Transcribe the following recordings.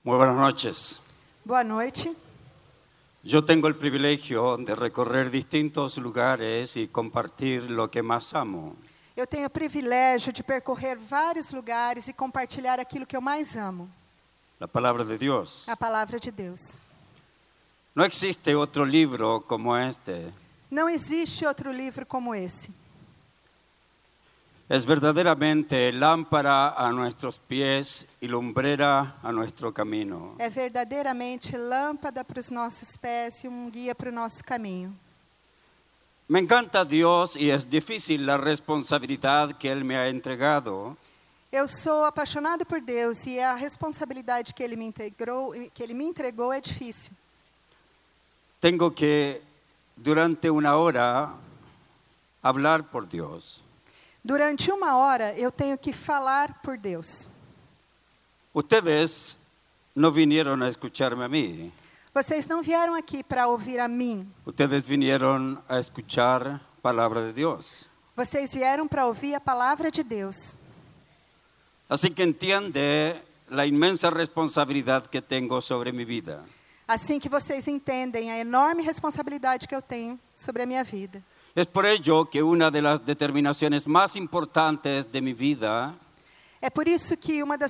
Muy buenas noches. Boa noite. Yo tengo el privilegio de recorrer distintos lugares y compartir lo que más amo. Eu tenho o privilégio de percorrer vários lugares e compartilhar aquilo que eu mais amo, La palabra de Dios. a palavra de Deus. No existe otro libro como este. Não existe outro livro como esse. Es verdaderamente lámpara a nuestros pies y lumbrera a nuestro camino. É verdadeiramente lâmpada para os nossos pés e guia para o nosso caminho. Me encanta Dios y es difícil la responsabilidad que Él me ha entregado. Eu sou apaixonado por Deus e a responsabilidade que Ele me entregou é difícil. Tengo que, durante una hora, hablar por Dios. Durante uma hora, eu tenho que falar por Deus. Ustedes no vinieron a escucharme a mí. Vocês não vieram aqui para ouvir a mim. Ustedes vinieron a escuchar palabra de Dios. Vocês vieram para ouvir a palavra de Deus. Así que entiende la inmensa responsabilidad que tengo sobre mi vida. Assim que vocês entendem a enorme responsabilidade que eu tenho sobre a minha vida. Es por ello que una de las determinaciones más importantes de mi vida É por isso que uma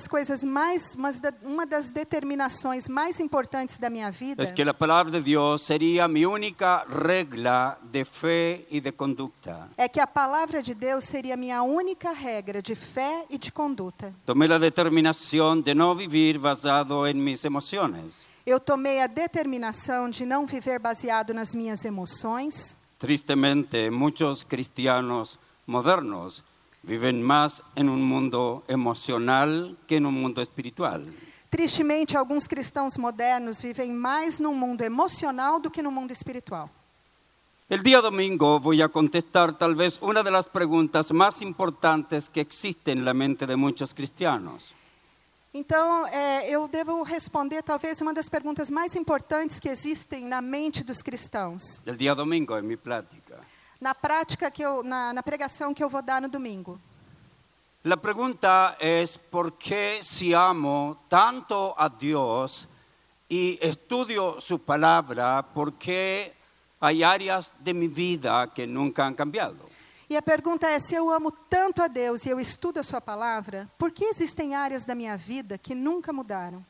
das determinações mais importantes da minha vida es que la palabra de Dios sería mi única regla de fe y de conducta. é que a palavra de Deus seria a minha única regra de fé e de conduta. Tomé la determinación de no vivir basado en mis emociones. Eu tomei a determinação de não viver baseado nas minhas emoções. Tristemente, muchos cristianos modernos viven más en un mundo emocional que en un mundo espiritual. Tristemente, alguns cristãos modernos vivem mais num mundo emocional do que no mundo espiritual. El día domingo voy a contestar tal vez una de las preguntas más importantes que existe en la mente de muchos cristianos. Então, eu devo responder talvez uma das perguntas mais importantes que existem na mente dos cristãos. El día domingo en mi plática. Na prática, na pregação que eu vou dar no domingo. La pregunta es, ¿por qué si amo tanto a Dios y estudio su palabra, por qué hay áreas de mi vida que nunca han cambiado? E a pergunta é, se eu amo tanto a Deus e eu estudo a sua palavra, por que existem áreas da minha vida que nunca mudaram?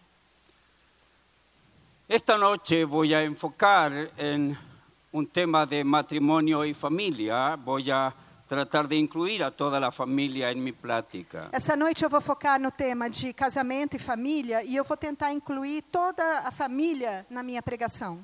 Esta noche voy a enfocar en un tema de matrimonio y familia. Voy a tratar de incluir a toda la familia en mi plática. Essa noite eu vou focar no tema de casamento e família e eu vou tentar incluir toda a família na minha pregação.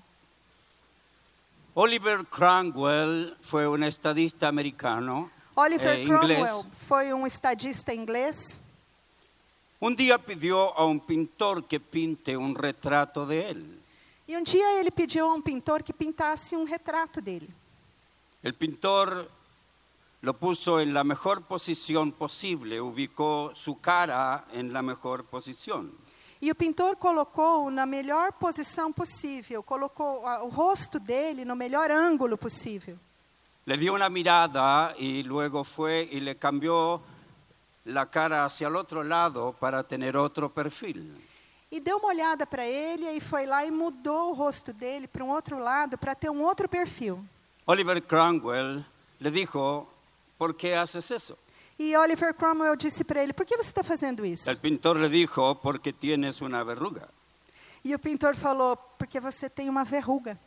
Oliver Cromwell fue un estadista americano Oliver inglés. Cromwell foi um estadista inglês. Un día pidió a un pintor que pinte un retrato de él. E dia ele pediu a um pintor que pintasse um retrato dele. El pintor lo puso en la mejor posición posible, ubicó su cara en la mejor posición. E o pintor colocou na melhor posição possível, colocou o rosto dele no melhor ângulo possível. Le dio una mirada y luego fue y le cambió la cara hacia el otro lado para tener otro perfil. E deu uma olhada para ele e foi lá e mudou o rosto dele para outro lado para ter outro perfil. Oliver Cromwell le dijo, ¿por qué haces eso? E Oliver Cromwell disse para ele, por que você está fazendo isso? El pintor le dijo, porque tienes una verruga. E o pintor falou, porque você tem uma verruga.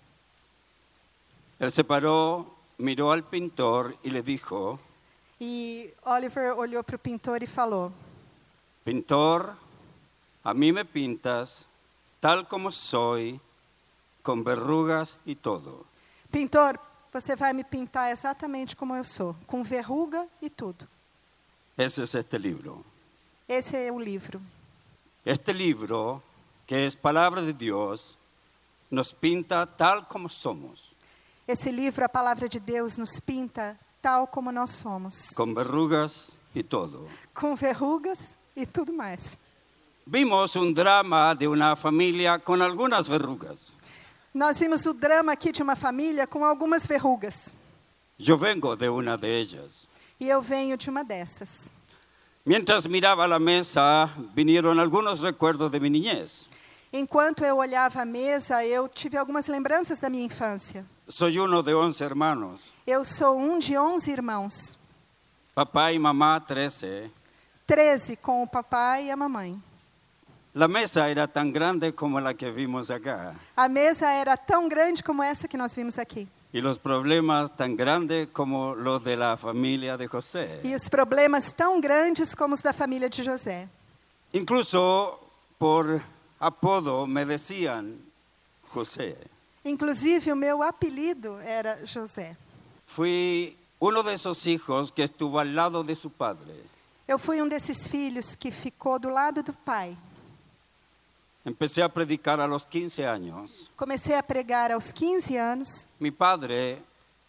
Él se paró, miró al pintor y le dijo, E Oliver olhou para o pintor e falou, pintor, a mí me pintas tal como soy, con verrugas y todo. pintor, você vai me pintar exatamente como eu sou, com verruga e tudo. Ese es este libro. Esse é o livro. Este libro, que es palabra de Dios, nos pinta tal como somos. Esse livro, a palavra de Deus, nos pinta tal como nós somos. Con verrugas y todo. Com verrugas e tudo mais. Vimos un drama de una familia con algunas verrugas. Nós vimos o drama aqui de uma família com algumas verrugas. Yo vengo de una de ellas. E eu venho de uma dessas. Mientras miraba la mesa, vinieron algunos recuerdos de mi niñez. Enquanto eu olhava a mesa, eu tive algumas lembranças da minha infância. Soy uno de 11 hermanos. Eu sou um de 11 irmãos. Papá y mamá 13. 13 com o papai e a mamãe. La mesa era tan grande como la que vimos acá. A mesa era tão grande como essa que nós vimos aqui. Y los problemas tan grandes como los de la familia de José. E os problemas tão grandes como os da família de José. Incluso por apodo me decían José. Inclusive, o meu apelido era José. Fui uno de esos hijos que estuvo al lado de su padre. Eu fui um desses filhos que ficou do lado do pai. Empecé a predicar a los 15 años. Comecei a pregar aos 15 anos. Mi padre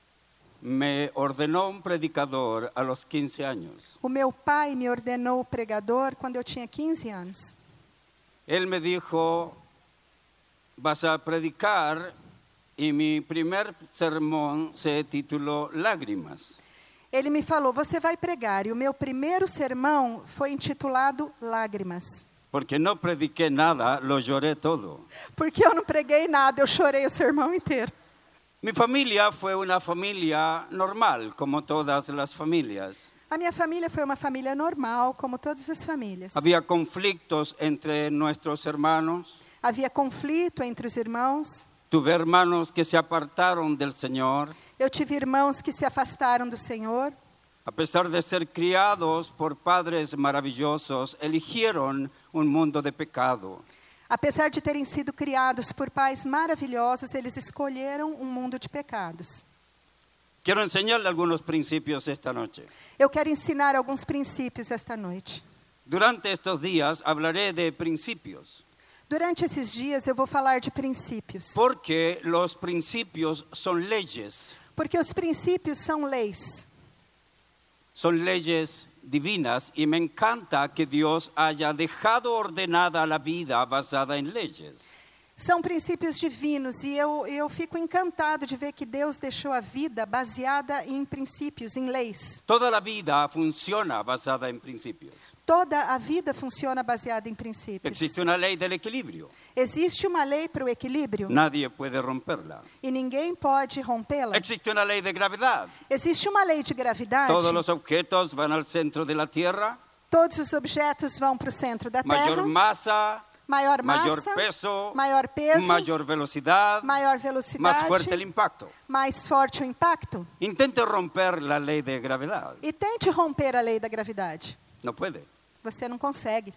me ordenó un predicador a los 15 años. O meu pai me ordenou pregador quando eu tinha 15 anos. Él me dijo, vas a predicar, y mi primer sermón se tituló Lágrimas. Ele me falou, você vai pregar. E o meu primeiro sermão foi intitulado Lágrimas. Porque no prediqué nada, lo lloré todo. Porque eu não preguei nada, eu chorei o sermão inteiro. Mi familia fue una familia normal, como todas las familias. A minha família foi uma família normal, como todas as famílias. Había conflictos entre nuestros hermanos. Havia conflito entre os irmãos. Tuve hermanos que se apartaron del Señor. Eu tive irmãos que se afastaram do Senhor. A pesar de ser criados por padres maravillosos, eligieron un mundo de pecado. Apesar de terem sido criados por pais maravilhosos, eles escolheram um mundo de pecados. Quiero enseñarle algunos principios esta noche. Eu quero ensinar alguns princípios esta noite. Durante estos días hablaré de principios, Durante esses dias eu vou falar de princípios. porque los principios son leyes Porque os princípios são leis. divinas, y me encanta que Dios haya dejado ordenada la vida basada en leyes. São princípios divinos e eu fico encantado de ver que Deus deixou a vida baseada em princípios, em leis. Toda la vida funciona basada en principios. Toda a vida funciona baseada em princípios. Existe una ley del equilibrio. Existe uma lei para o equilíbrio Nadie puede romperla. e ninguém pode rompê-la. Existe una ley de gravedad. Existe uma lei de gravidade. Todos los objetos van al centro de la Tierra. Todos os objetos vão para o centro da Mayor Terra. masa, Maior mayor massa, peso, maior peso, mayor velocidad, maior más velocidade, fuerte el impacto. mais forte o impacto. Intente romper la ley de gravedad. E tente romper a lei da gravidade. No puede. Você não consegue.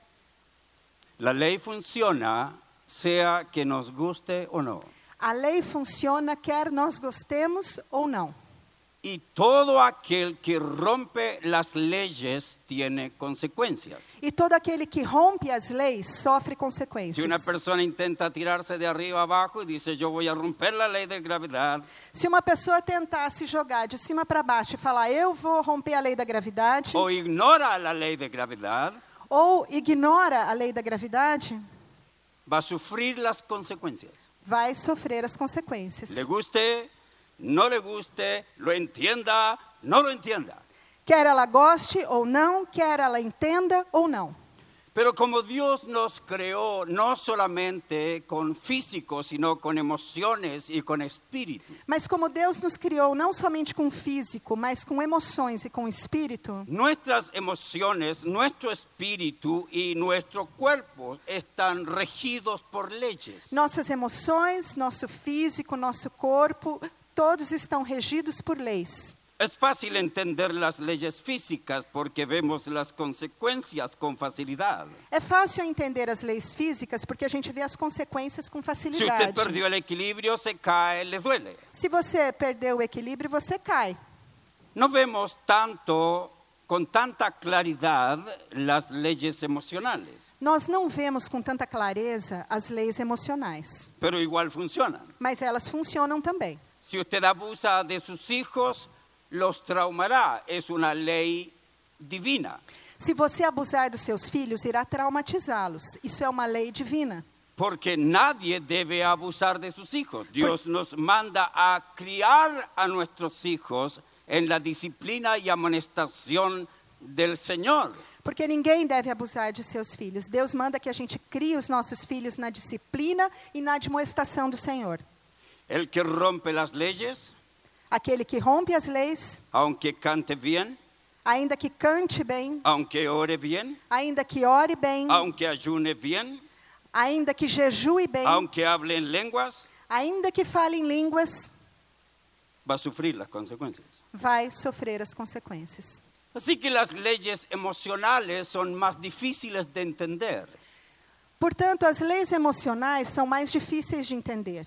La ley funciona, sea que nos guste o no. A lei funciona quer nós gostemos ou não. Y todo aquel que rompe las leyes tiene consecuencias. E todo aquele que rompe as leis sofre Si consequências. una persona intenta tirarse de arriba abajo y dice, yo voy a romper la lei de gravedad, Se uma pessoa tentar se jogar de cima para baixo e falar, eu vou romper a lei da gravidade, o ignora la ley de gravedad, ou ignora a lei da gravidade, va a sufrir las consecuencias. vai sofrer as consequências. Le guste, no le guste, lo entienda, no lo entienda. Quer ela goste ou não, quer ela entenda ou não. Pero como Dios nos creó no solamente con físico, sino con emociones y con espíritu. Mas como Deus nos criou não somente com físico, mas com emoções e com espírito, Nuestras emociones, nuestro espíritu y nuestro cuerpo están regidos por leyes. nossas emoções, nosso físico, nosso corpo, todos estão regidos por leis. Es fácil entender las leyes físicas porque vemos las consecuencias con facilidad. É fácil entender as leis físicas porque a gente vê as consequências com Si usted facilidade. perdió el equilibrio, se cae, le duele. Se você perdeu o equilíbrio, você cai. No vemos con tanta claridad las leyes emocionales, Nós não vemos com tanta clareza as leis emocionais, pero igual funcionan. mas elas funcionam também. Si usted abusa de sus hijos, los traumará. Es una ley divina. Se você abusar dos seus filhos, irá traumatizá-los. Isso é uma lei divina. Porque nadie debe abusar de sus hijos. Dios nos manda a criar a nuestros hijos en la disciplina y amonestación del Señor. Porque ninguém deve abusar de seus filhos. Deus manda que a gente crie os nossos filhos na disciplina e na admoestação do Senhor. El que rompe las leyes, Aquele que rompe as leis, aunque cante bien, ainda que cante bem, aunque ore bien, ainda que ore bem, aunque ayune bien, ainda que jejue bem, aunque hable en lenguas, ainda que fale em línguas, va a sufrir las consecuencias. vai sofrer as consequências. Así que las leyes emocionales son más difíciles de entender. Portanto, as leis emocionais são mais difíceis de entender.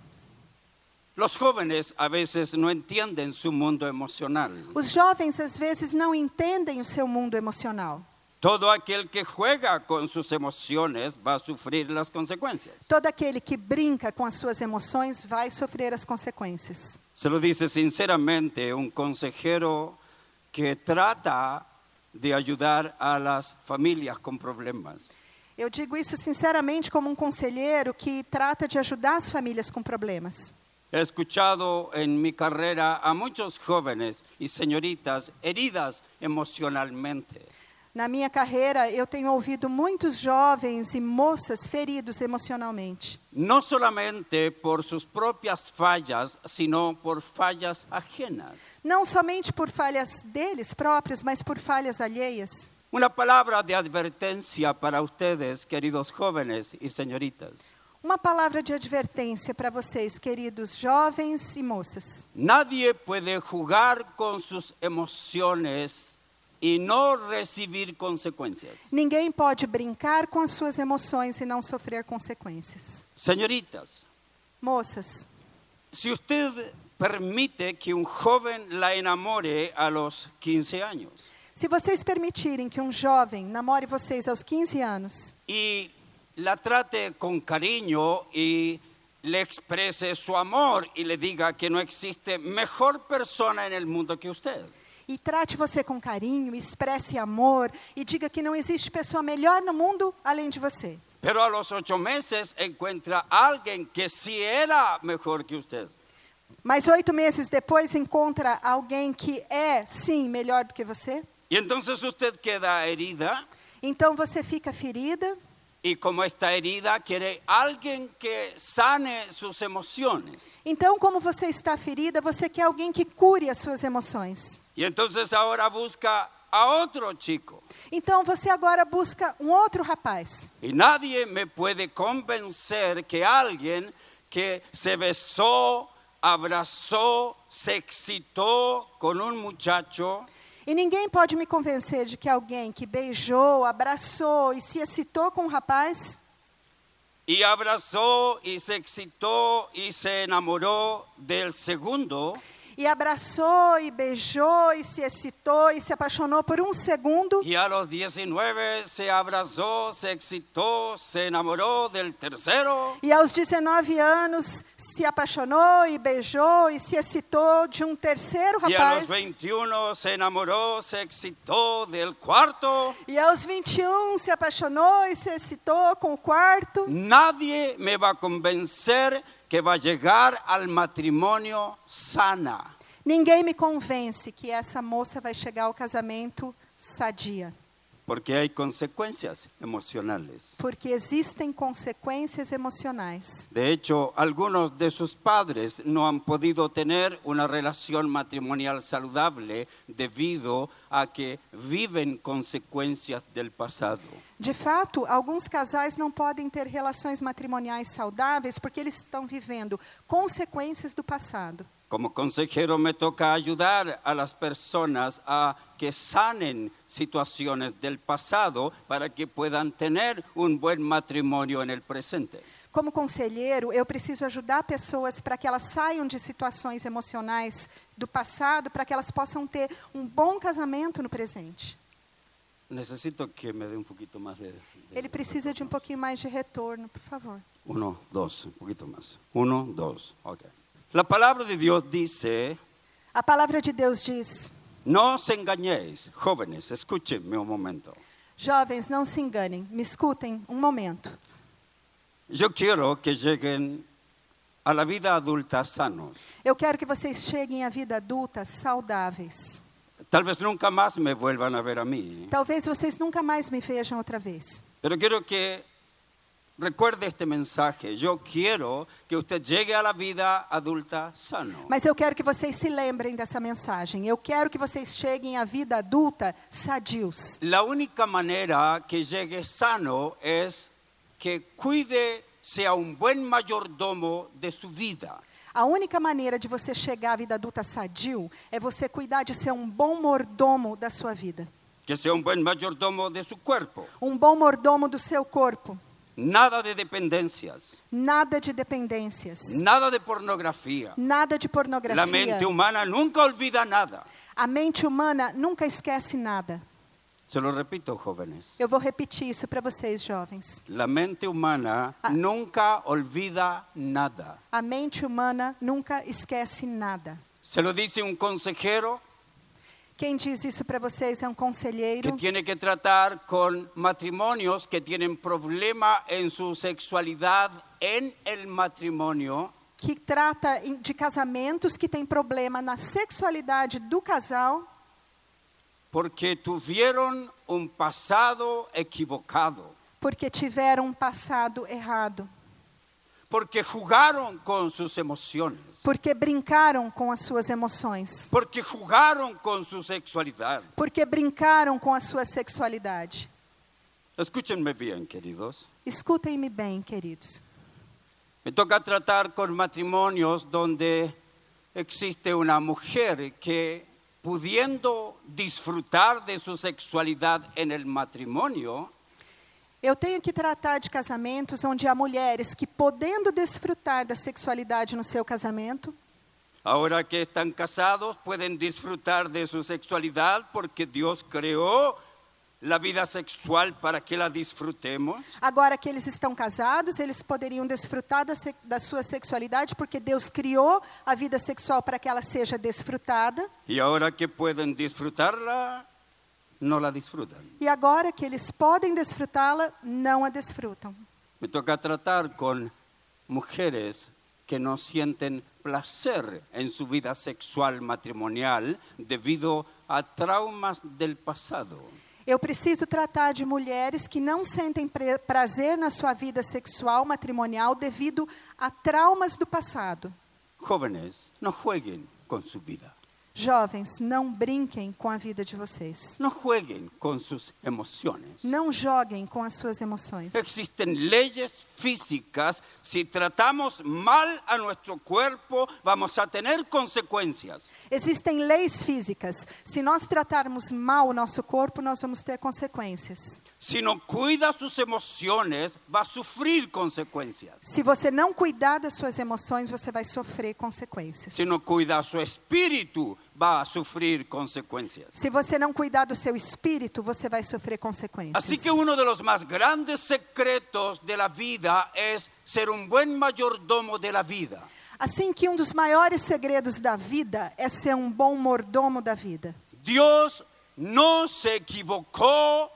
Los jóvenes a veces no entienden su mundo emocional. Os jovens, às vezes, não entendem o seu mundo emocional. Todo aquel que juega con sus emociones va a sufrir las consecuencias. Todo aquele que brinca com as suas emoções vai sofrer as consequências. Se lo dice sinceramente un consejero que trata de ayudar a las familias con problemas. Eu digo isso sinceramente como um conselheiro que trata de ajudar as famílias com problemas. He escuchado en mi carrera a muchos jóvenes y señoritas heridas emocionalmente. Na minha carreira, eu tenho ouvido muitos jovens e moças feridos emocionalmente. No solamente por sus propias fallas, sino por fallas ajenas. Não somente por falhas deles próprios, mas por falhas alheias. Una palabra de advertencia para ustedes, queridos jóvenes y señoritas. Uma palavra de advertência para vocês, queridos jovens e moças. Nadie puede jugar con sus emociones y no recibir consecuencias. Ninguém pode brincar com as suas emoções e não sofrer consequências. Señoritas, Moças, si usted permite que un joven la enamore a los 15 años se vocês permitirem que um jovem namore vocês aos 15 anos y la trate con cariño y le exprese su amor y le diga que no existe mejor persona en el mundo que usted. e trate você com carinho, expresse amor e diga que não existe pessoa melhor no mundo além de você. Pero a los 8 meses encuentra a alguien que sí era mejor que usted. Mas 8 meses depois encontra alguém que é, sim, melhor do que você. Y entonces usted queda herida Então você fica ferida y como está herida quiere alguien que sane sus emociones. Então, como você está ferida, você quer alguém que cure as suas emoções. Y entonces ahora busca a otro chico. Então, você agora busca um outro rapaz. Y nadie me puede convencer que alguien que se besó, abrazó, se excitó con un muchacho, E ninguém pode me convencer de que alguém que beijou, abraçou e se excitou com um rapaz, y abrazó y se excitó y se enamoró del segundo, e abraçou e beijou e se excitou e se apaixonou por um segundo, y a los 19 se abrazó, se excitó, se enamoró del tercero, e aos 19 anos se apaixonou e beijou e se excitou de um terceiro y a los rapaz, 21 se enamoró, se excitó del cuarto. e aos 21 se apaixonou e se excitou com o quarto. Nadie me va a convencer que va a llegar al matrimonio sana. Ninguém me convence que essa moça vai chegar ao casamento sadia, Porque hay consecuencias emocionales. porque existem consequências emocionais. De hecho, algunos de sus padres no han podido tener una relación matrimonial saludable debido a que viven consecuencias del pasado. De fato, alguns casais não podem ter relações matrimoniais saudáveis porque eles estão vivendo consequências do passado. Como consejero me toca ayudar a las personas a que sanen situaciones del pasado para que puedan tener un buen matrimonio en el presente. Como conselheiro, eu preciso ajudar pessoas para que elas saiam de situações emocionais do passado, para que elas possam ter um bom casamento no presente. Necesito que me dé un poquito más de Ele precisa de um pouquinho mais de retorno, por favor. 1, 2, un poquito más. 1, 2, ok. La palabra de Dios dice, A palavra de Deus diz: no os engañéis, jóvenes, escúchenme un momento. jovens, não se enganem, me escutem um momento. Yo quiero que lleguen a la vida adulta sanos. Eu quero que vocês cheguem à vida adulta saudáveis. Tal vez nunca más me vuelvan a ver a mí. Talvez vocês nunca mais me vejam outra vez. Pero quiero que recuerde este mensaje. Yo quiero que usted llegue a la vida adulta sano. Mas eu quero que vocês se lembrem dessa mensagem. Eu quero que vocês cheguem à vida adulta sadios. La única manera que llegue sano es que cuide, sea un buen mayordomo de su vida. A única maneira de você chegar à vida adulta sadio é você cuidar de ser um bom mordomo da sua vida. Que sea un buen mayordomo de su cuerpo. Um bom mordomo do seu corpo. Nada de dependencias. Nada de dependências. Nada de pornografía. Nada de pornografia. La mente humana nunca olvida nada. A mente humana nunca esquece nada. Se lo repito, jóvenes. Eu vou repetir isso para vocês, jovens. La mente humana nunca olvida nada. A mente humana nunca esquece nada. Se lo dice un consejero Quem diz isso para vocês é um que conselheiro tiene que tratar con matrimonios que tienen problema en su sexualidad en el matrimonio. que trata de casamentos que têm problema na sexualidade do casal, Porque tuvieron un pasado equivocado. porque tiveram um passado errado, Porque jugaron con sus emociones. porque brincaram com as suas emoções, Porque jugaron con su sexualidad. porque brincaram com a sua sexualidade. Escúchenme bien, queridos. Escutem-me bem, queridos. Me toca tratar con matrimonios donde existe una mujer que, pudiendo disfrutar de su sexualidad en el matrimonio, Eu tenho que tratar de casamentos onde há mulheres que, podendo desfrutar da sexualidade no seu casamento, ahora que están casados, pueden disfrutar de su sexualidad porque Dios creó la vida sexual para que la disfrutemos. agora que eles estão casados, eles poderiam desfrutar da sua sexualidade porque Deus criou a vida sexual para que ela seja desfrutada. Y ahora que pueden disfrutarla, no la disfrutan. E agora que eles podem desfrutá-la, não a desfrutam. Me toca tratar con mujeres que no sienten placer en su vida sexual matrimonial debido a traumas del pasado. Eu preciso tratar de mulheres que não sentem prazer na sua vida sexual matrimonial devido a traumas do passado. Jóvenes, no jueguen con su vida. Jovens, não brinquem com a vida de vocês. No jueguen con sus emociones. Não joguem com as suas emoções. Existen leyes físicas. Si tratamos mal a nuestro cuerpo, vamos a tener consecuencias. Existem leis físicas. Se nós tratarmos mal o nosso corpo, nós vamos ter consequências. Si no cuida sus emociones, va a sufrir consecuencias. Se você não cuidar das suas emoções, você vai sofrer consequências. Si no cuida su espíritu, va a sufrir consecuencias. Se você não cuidar do seu espírito, você vai sofrer consequências. Así que uno de los más grandes secretos de la vida es ser un buen mayordomo de la vida. Assim que um dos maiores segredos da vida é ser um bom mordomo da vida. Dios no se equivocó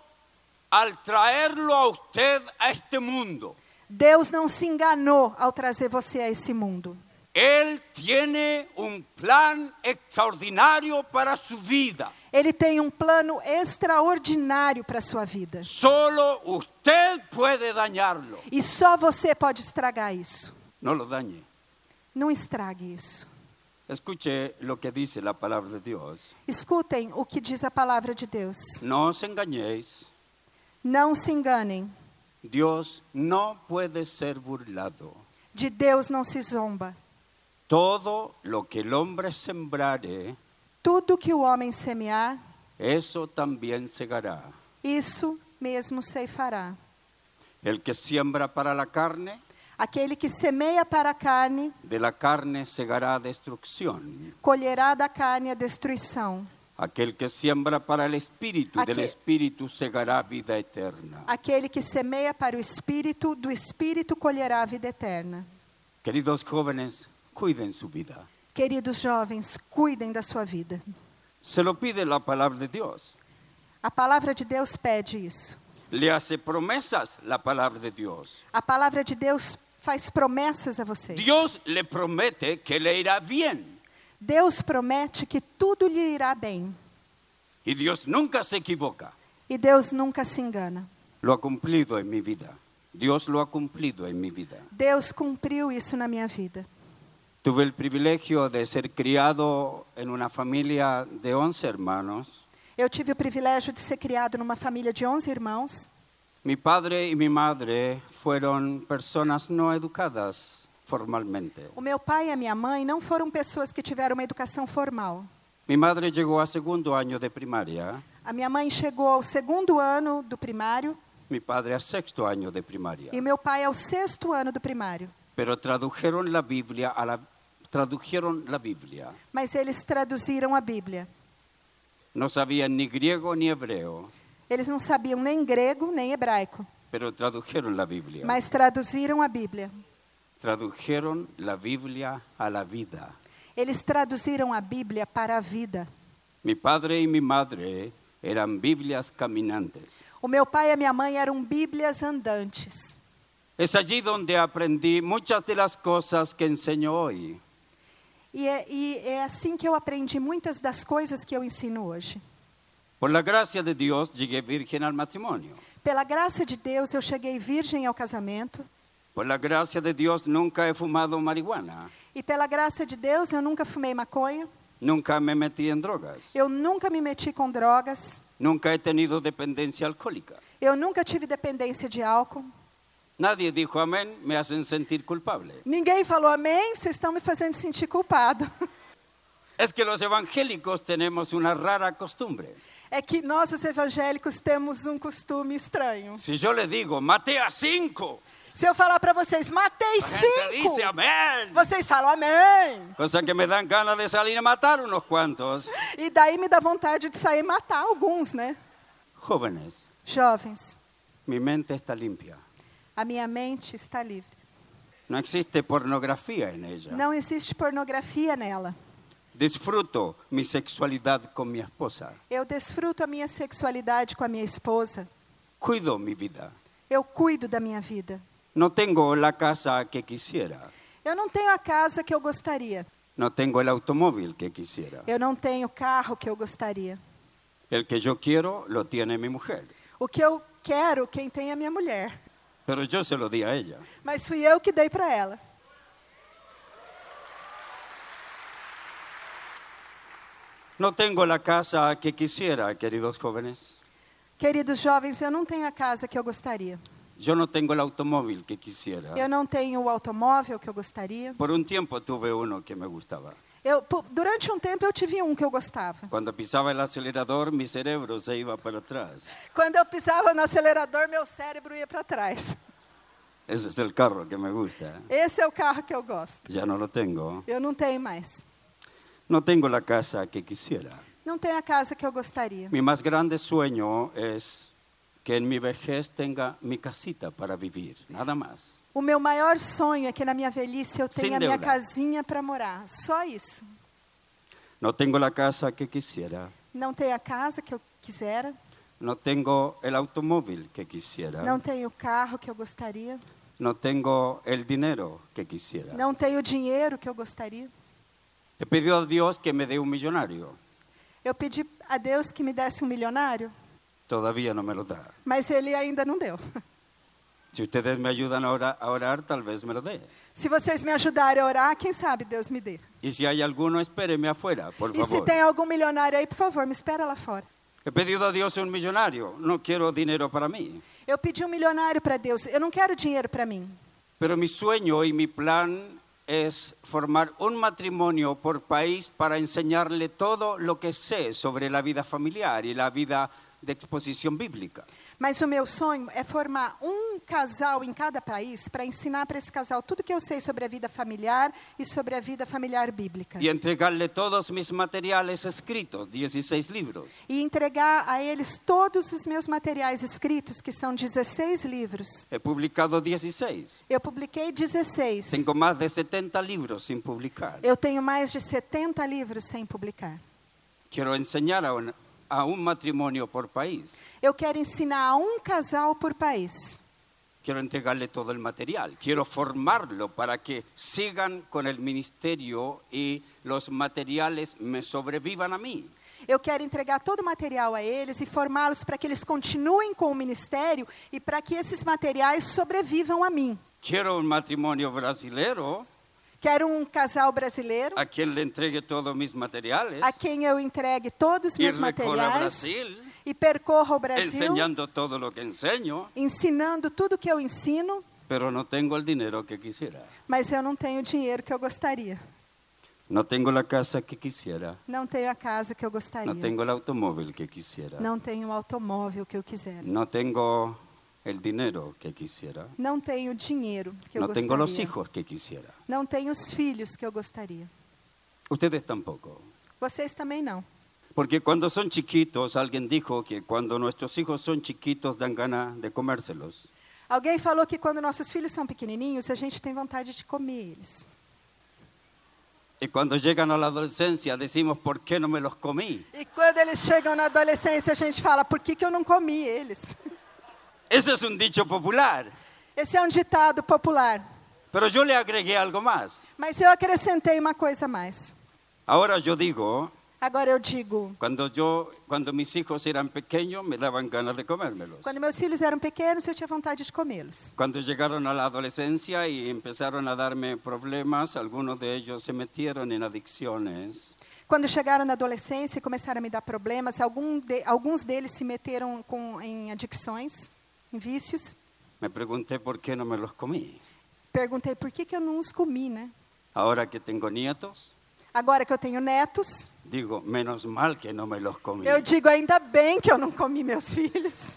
al traerlo a usted a este mundo. Deus não se enganou ao trazer você a esse mundo. Él tiene un plan extraordinario para su vida. Ele tem um plano extraordinário para a sua vida. Solo usted puede dañarlo. E só você pode estragar isso. No lo dañe. Não estrague isso. Escuche lo que dice la palabra de Dios. Escutem o que diz a palavra de Deus. No os engañéis. Não se enganem. Dios no puede ser burlado. De Deus não se zomba. Todo lo que el hombre sembrare, Tudo que o homem semear, eso también segará. isso mesmo ceifará. El que siembra para la carne, Aquele que semeia para a carne, de la carne segará destrucción. colherá da carne a destruição. Aquel que siembra para el espíritu, del Aquel- espíritu segará vida eterna. Aquele que semeia para o espírito, do espírito colherá a vida eterna. Queridos jóvenes, cuiden su vida. Queridos jovens, cuidem da sua vida. Se lo pide la palabra de Dios. A palavra de Deus pede isso. Le hace promesas la palabra de Dios. A palavra de Deus faz promessas a vocês. Dios le promete que le irá bien. Deus promete que tudo lhe irá bem. Y Dios nunca se equivoca. E Deus nunca se engana. Lo ha cumplido en mi vida. Dios lo ha cumplido en mi vida. Deus cumpriu isso na minha vida. Tuve el privilegio de ser criado en una familia de 11 hermanos. Eu tive o privilégio de ser criado numa família de 11 irmãos. Mi padre y mi madre fueron personas no educadas formalmente. O meu pai e a minha mãe não foram pessoas que tiveram uma educação formal. Mi madre llegó a segundo año de primaria, A minha mãe chegou ao 2º ano do primário mi padre a sexto año de primaria. e meu pai ao 6º ano do primário. Pero tradujeron la Biblia Mas eles traduziram a Bíblia. No sabían ni griego ni hebreo, Eles não sabiam nem grego, nem hebraico, pero tradujeron la Biblia. mas traduziram a Bíblia. Tradujeron la Biblia a la vida. Eles traduziram a Bíblia para a vida. Mi padre y mi madre eran Biblias caminantes. O meu pai e a minha mãe eram Bíblias andantes. Es allí donde aprendí muchas de las cosas que enseño hoy. E é assim que eu aprendi muitas das coisas que eu ensino hoje. Por la gracia de Dios llegué virgen al matrimonio. Pela graça de Deus, eu cheguei virgem ao casamento. Por la gracia de Dios nunca he fumado marihuana. E pela graça de Deus, eu nunca fumei maconha. Nunca me metí en drogas. Eu nunca me meti com drogas. Nunca he tenido dependencia alcohólica. Eu nunca tive dependência de álcool. Nadie dijo amén, me hacen sentir culpable. Ninguém falou amém, vocês estão me fazendo sentir culpado. Es que los evangélicos tenemos una rara costumbre. É que nós, os evangélicos, temos um costume estranho. Si yo le digo, maté a 5, Se eu falar para vocês, matei la gente 5, dice amén. vocês falam amém. Cosa que me dan ganas de salir a matar unos cuantos. E daí me dá vontade de sair e matar alguns, né? Jóvenes, Jovens, mi mente está limpia. a minha mente está livre. No existe pornografía en ella. Não existe pornografia nela. Disfruto mi sexualidad con mi esposa. Eu desfruto a minha sexualidade com a minha esposa. Cuido mi vida. Eu cuido da minha vida. No tengo la casa que quisiera. Eu não tenho a casa que eu gostaria. No tengo el automóvil que quisiera. Eu não tenho o carro que eu gostaria. El que yo quiero lo tiene mi mujer. O que eu quero, quem tem é minha mulher. Pero yo se lo di a ella. Mas fui eu que dei para ela. No tengo la casa que quisiera, queridos jóvenes. Queridos jovens, eu não tenho a casa que eu gostaria. Yo no tengo el automóvil que quisiera. Eu não tenho o automóvel que eu gostaria. Por un tiempo tuve uno que me gustaba. Durante um tempo eu tive um que eu gostava. Cuando pisaba el acelerador, mi cerebro se iba para atrás. Quando eu pisava no acelerador, meu cérebro ia para trás. Ese es el carro que me gusta. Esse é o carro que eu gosto. Ya no lo tengo. Eu não tenho mais. No tengo la casa que quisiera. Não tenho a casa que eu gostaria. Mi más grande sueño es que en mi vejez tenga mi casita para vivir, nada más. O meu maior sonho é que na minha velhice eu tenha a minha deuda. casinha para morar. Só isso. No tengo la casa que quisiera. Não tenho a casa que eu quisera. No tengo el automóvil que quisiera. Não tenho o carro que eu gostaria. No tengo el dinero que quisiera. Não tenho o dinheiro que eu gostaria. He pedido a Dios que me dé un millonario. Eu pedi a Deus que me desse um milionário, Todavía no me lo da. mas Ele ainda não deu. Si ustedes me ayudan a orar, tal vez me lo dé. Se vocês me ajudarem a orar, quem sabe Deus me dê. Y si hay alguno, espéreme afuera, por E se favor. tem algum milionário aí, por favor, me espera lá fora. He pedido a Dios un millonario. No quiero dinero para mí. Eu pedi um milionário para Deus. Eu não quero dinheiro para mim. Pero mi sueño y mi plan es formar un matrimonio por país para enseñarle todo lo que sé sobre la vida familiar y la vida de exposición bíblica. Mas o meu sonho é formar um casal em cada país para ensinar para esse casal tudo que eu sei sobre a vida familiar e sobre a vida familiar bíblica. Y entregarle todos mis materiales escritos, 16 libros. E entregar a eles todos os meus materiais escritos, que são 16 livros. He publicado 16. Eu publiquei 16. Tengo más de 70 libros sin publicar. Eu tenho mais de 70 livros sem publicar. Quiero enseñar a un matrimonio por país. Eu quero ensinar a um casal por país. Quiero entregarle todo el material. Quiero formarlo para que sigan con el ministerio y los materiales me sobrevivan a mí. Eu quero entregar todo o material a eles e formá-los para que eles continuem com o ministério e para que esses materiais sobrevivam a mim. Quiero un matrimonio brasileño Quero um casal brasileiro a quien le entregue todos mis materiales a quem eu entregue todos os y meus recorra materiais Brasil e percorra o Brasil enseñando todo lo que enseño, ensinando tudo que eu ensino, pero no tengo el dinero que quisiera. mas eu não tenho o dinheiro que eu gostaria. No tengo la casa que quisiera. Não tenho a casa que eu gostaria. No tengo el automóvil que quisiera. Não tenho o automóvel que eu quiser. No tengo el dinero que quisiera. Não tenho o dinheiro que eu No tengo los gostaria. hijos que quisiera. Não tenho os filhos que eu gostaria. Ustedes tampoco. Vocês também não. Porque cuando son chiquitos, alguien dijo que cuando nuestros hijos son chiquitos dan ganas de comérselos. Alguém falou que quando nossos filhos são pequenininhos, a gente tem vontade de comer eles. Y cuando llegan a la adolescencia decimos, ¿por qué no me los comí? E quando eles chegam na adolescência, a gente fala, por que eu não comi eles? Ese es un dicho popular. Esse é um ditado popular. Pero yo le agregué algo más. Mas eu acrescentei uma coisa a mais. Ahora yo digo, Agora eu digo, cuando mis hijos eran pequeños me daban ganas de comérmelos. quando meus filhos eram pequenos, eu tinha vontade de comê-los. Cuando llegaron a la adolescencia y empezaron a darme problemas, algunos de ellos se metieron en adicciones. Quando chegaram na adolescência e começaram a me dar problemas, alguns deles se meteram em adicções, em vícios. Me pregunté por qué no me los comí. Perguntei por que eu não os comi, né? Ahora que tengo nietos, Agora que eu tenho netos, digo, menos mal que no me los comí. eu digo ainda bem que eu não comi meus filhos.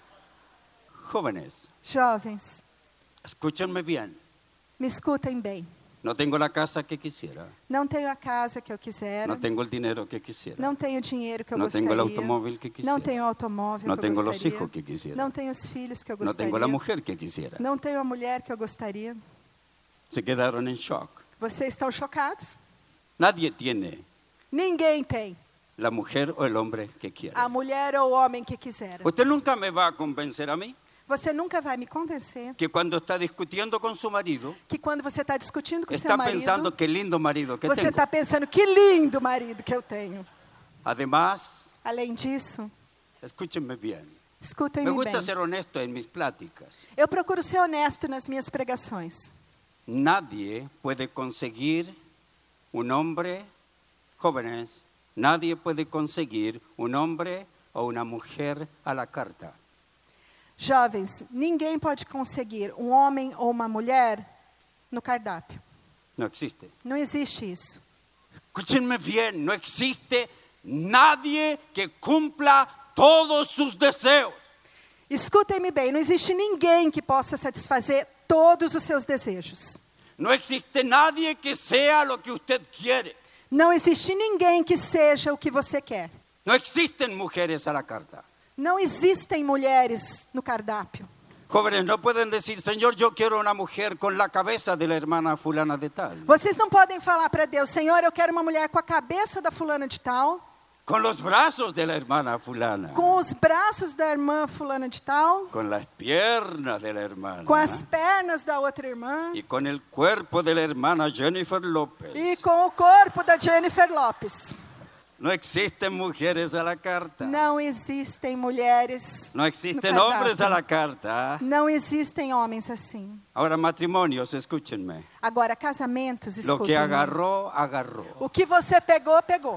Jóvenes, Jovens, escúchenme bien. me escutem bem. No tengo la casa que quisiera. Não tenho a casa que eu quisera. No tengo el dinero que quisiera. Não tenho o dinheiro que eu No gostaria. tengo el automóvil que quisiera. Não tenho o automóvel No que eu tengo los gostaria. hijos que quisiera. Não tenho os filhos que eu No gostaria. tengo la mujer que quisiera. Não tenho a mulher que eu gostaria. Se quedaron en shock. Vocês estão chocados? Nadie tiene Ninguém tem la mujer o el hombre que quiera. a mulher ou o homem que quisera. Usted nunca me va a convencer a mí Você nunca vai me convencer que cuando está discutiendo con su marido, que quando você está discutindo com está seu marido, pensando qué lindo marido que você tengo. está pensando que lindo marido que eu tenho. Además, Além disso, escúchenme bien. Me escutem-me gusta bem. ser honesto en mis pláticas. Eu procuro ser honesto nas minhas pregações. Nadie puede conseguir un hombre, jóvenes, nadie puede conseguir un hombre o una mujer a la carta. Jovens, ninguém pode conseguir um homem ou uma mulher no cardápio. No existe. Não existe isso. Escúchenme bien, no existe nadie que cumpla todos sus deseos. Escutem-me bem, não existe ninguém que possa satisfazer todos os seus desejos. No existe nadie que sea lo que usted quiere. Não existe ninguém que seja o que você quer. No existen mujeres a la carta. Não existem mulheres no cardápio. Jóvenes no pueden decir, Señor, yo quiero una mujer con la cabeza de la hermana fulana de tal, Vocês não podem falar para Deus, Senhor, eu quero uma mulher com a cabeça da fulana de tal, con los brazos de la hermana fulana, com os braços da irmã fulana de tal, con las piernas de la hermana com as pernas da outra irmã y con el cuerpo de la hermana Jennifer López. e com o corpo da Jennifer Lopez. No existen mujeres a la carta. Não existem mulheres, No existen no hombres a cardápio. la carta. Não existem homens assim. Ahora, matrimonios, escúchenme. Agora, casamentos, Lo que escutem. agarró, agarró. O que você pegou, pegou.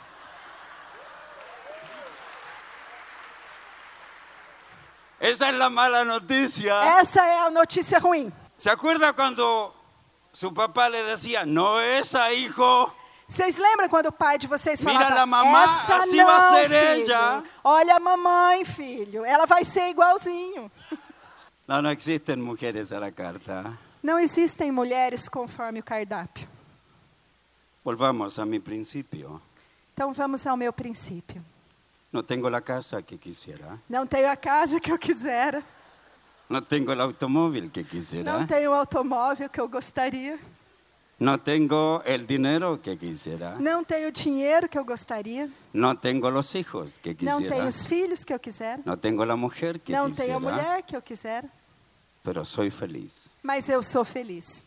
Esa es la mala noticia. Essa é a notícia ruim. ¿Se acuerda cuando su papá le decía, no esa, hijo? Vocês lembram quando o pai de vocês Mira falava, la mamá, essa assim não, vai ser filho. ella. Olha a mamãe, filho. Ela vai ser igualzinho. No, no existen mujeres a la carta. Não existem mulheres conforme o cardápio. Volvamos a mi principio. Então vamos ao meu princípio. No tengo la casa que quisiera. Não tenho a casa que eu quisera. No tengo el automóvil que quisiera. Não tenho o automóvel que eu gostaria. No tengo el dinero que quisiera. Não tenho o dinheiro que eu gostaria. No tengo los hijos que Não quisiera. tenho os filhos que eu quiser. No tengo la mujer que Não quisiera. tenho a mulher que eu quiser. Pero soy feliz. Mas eu sou feliz.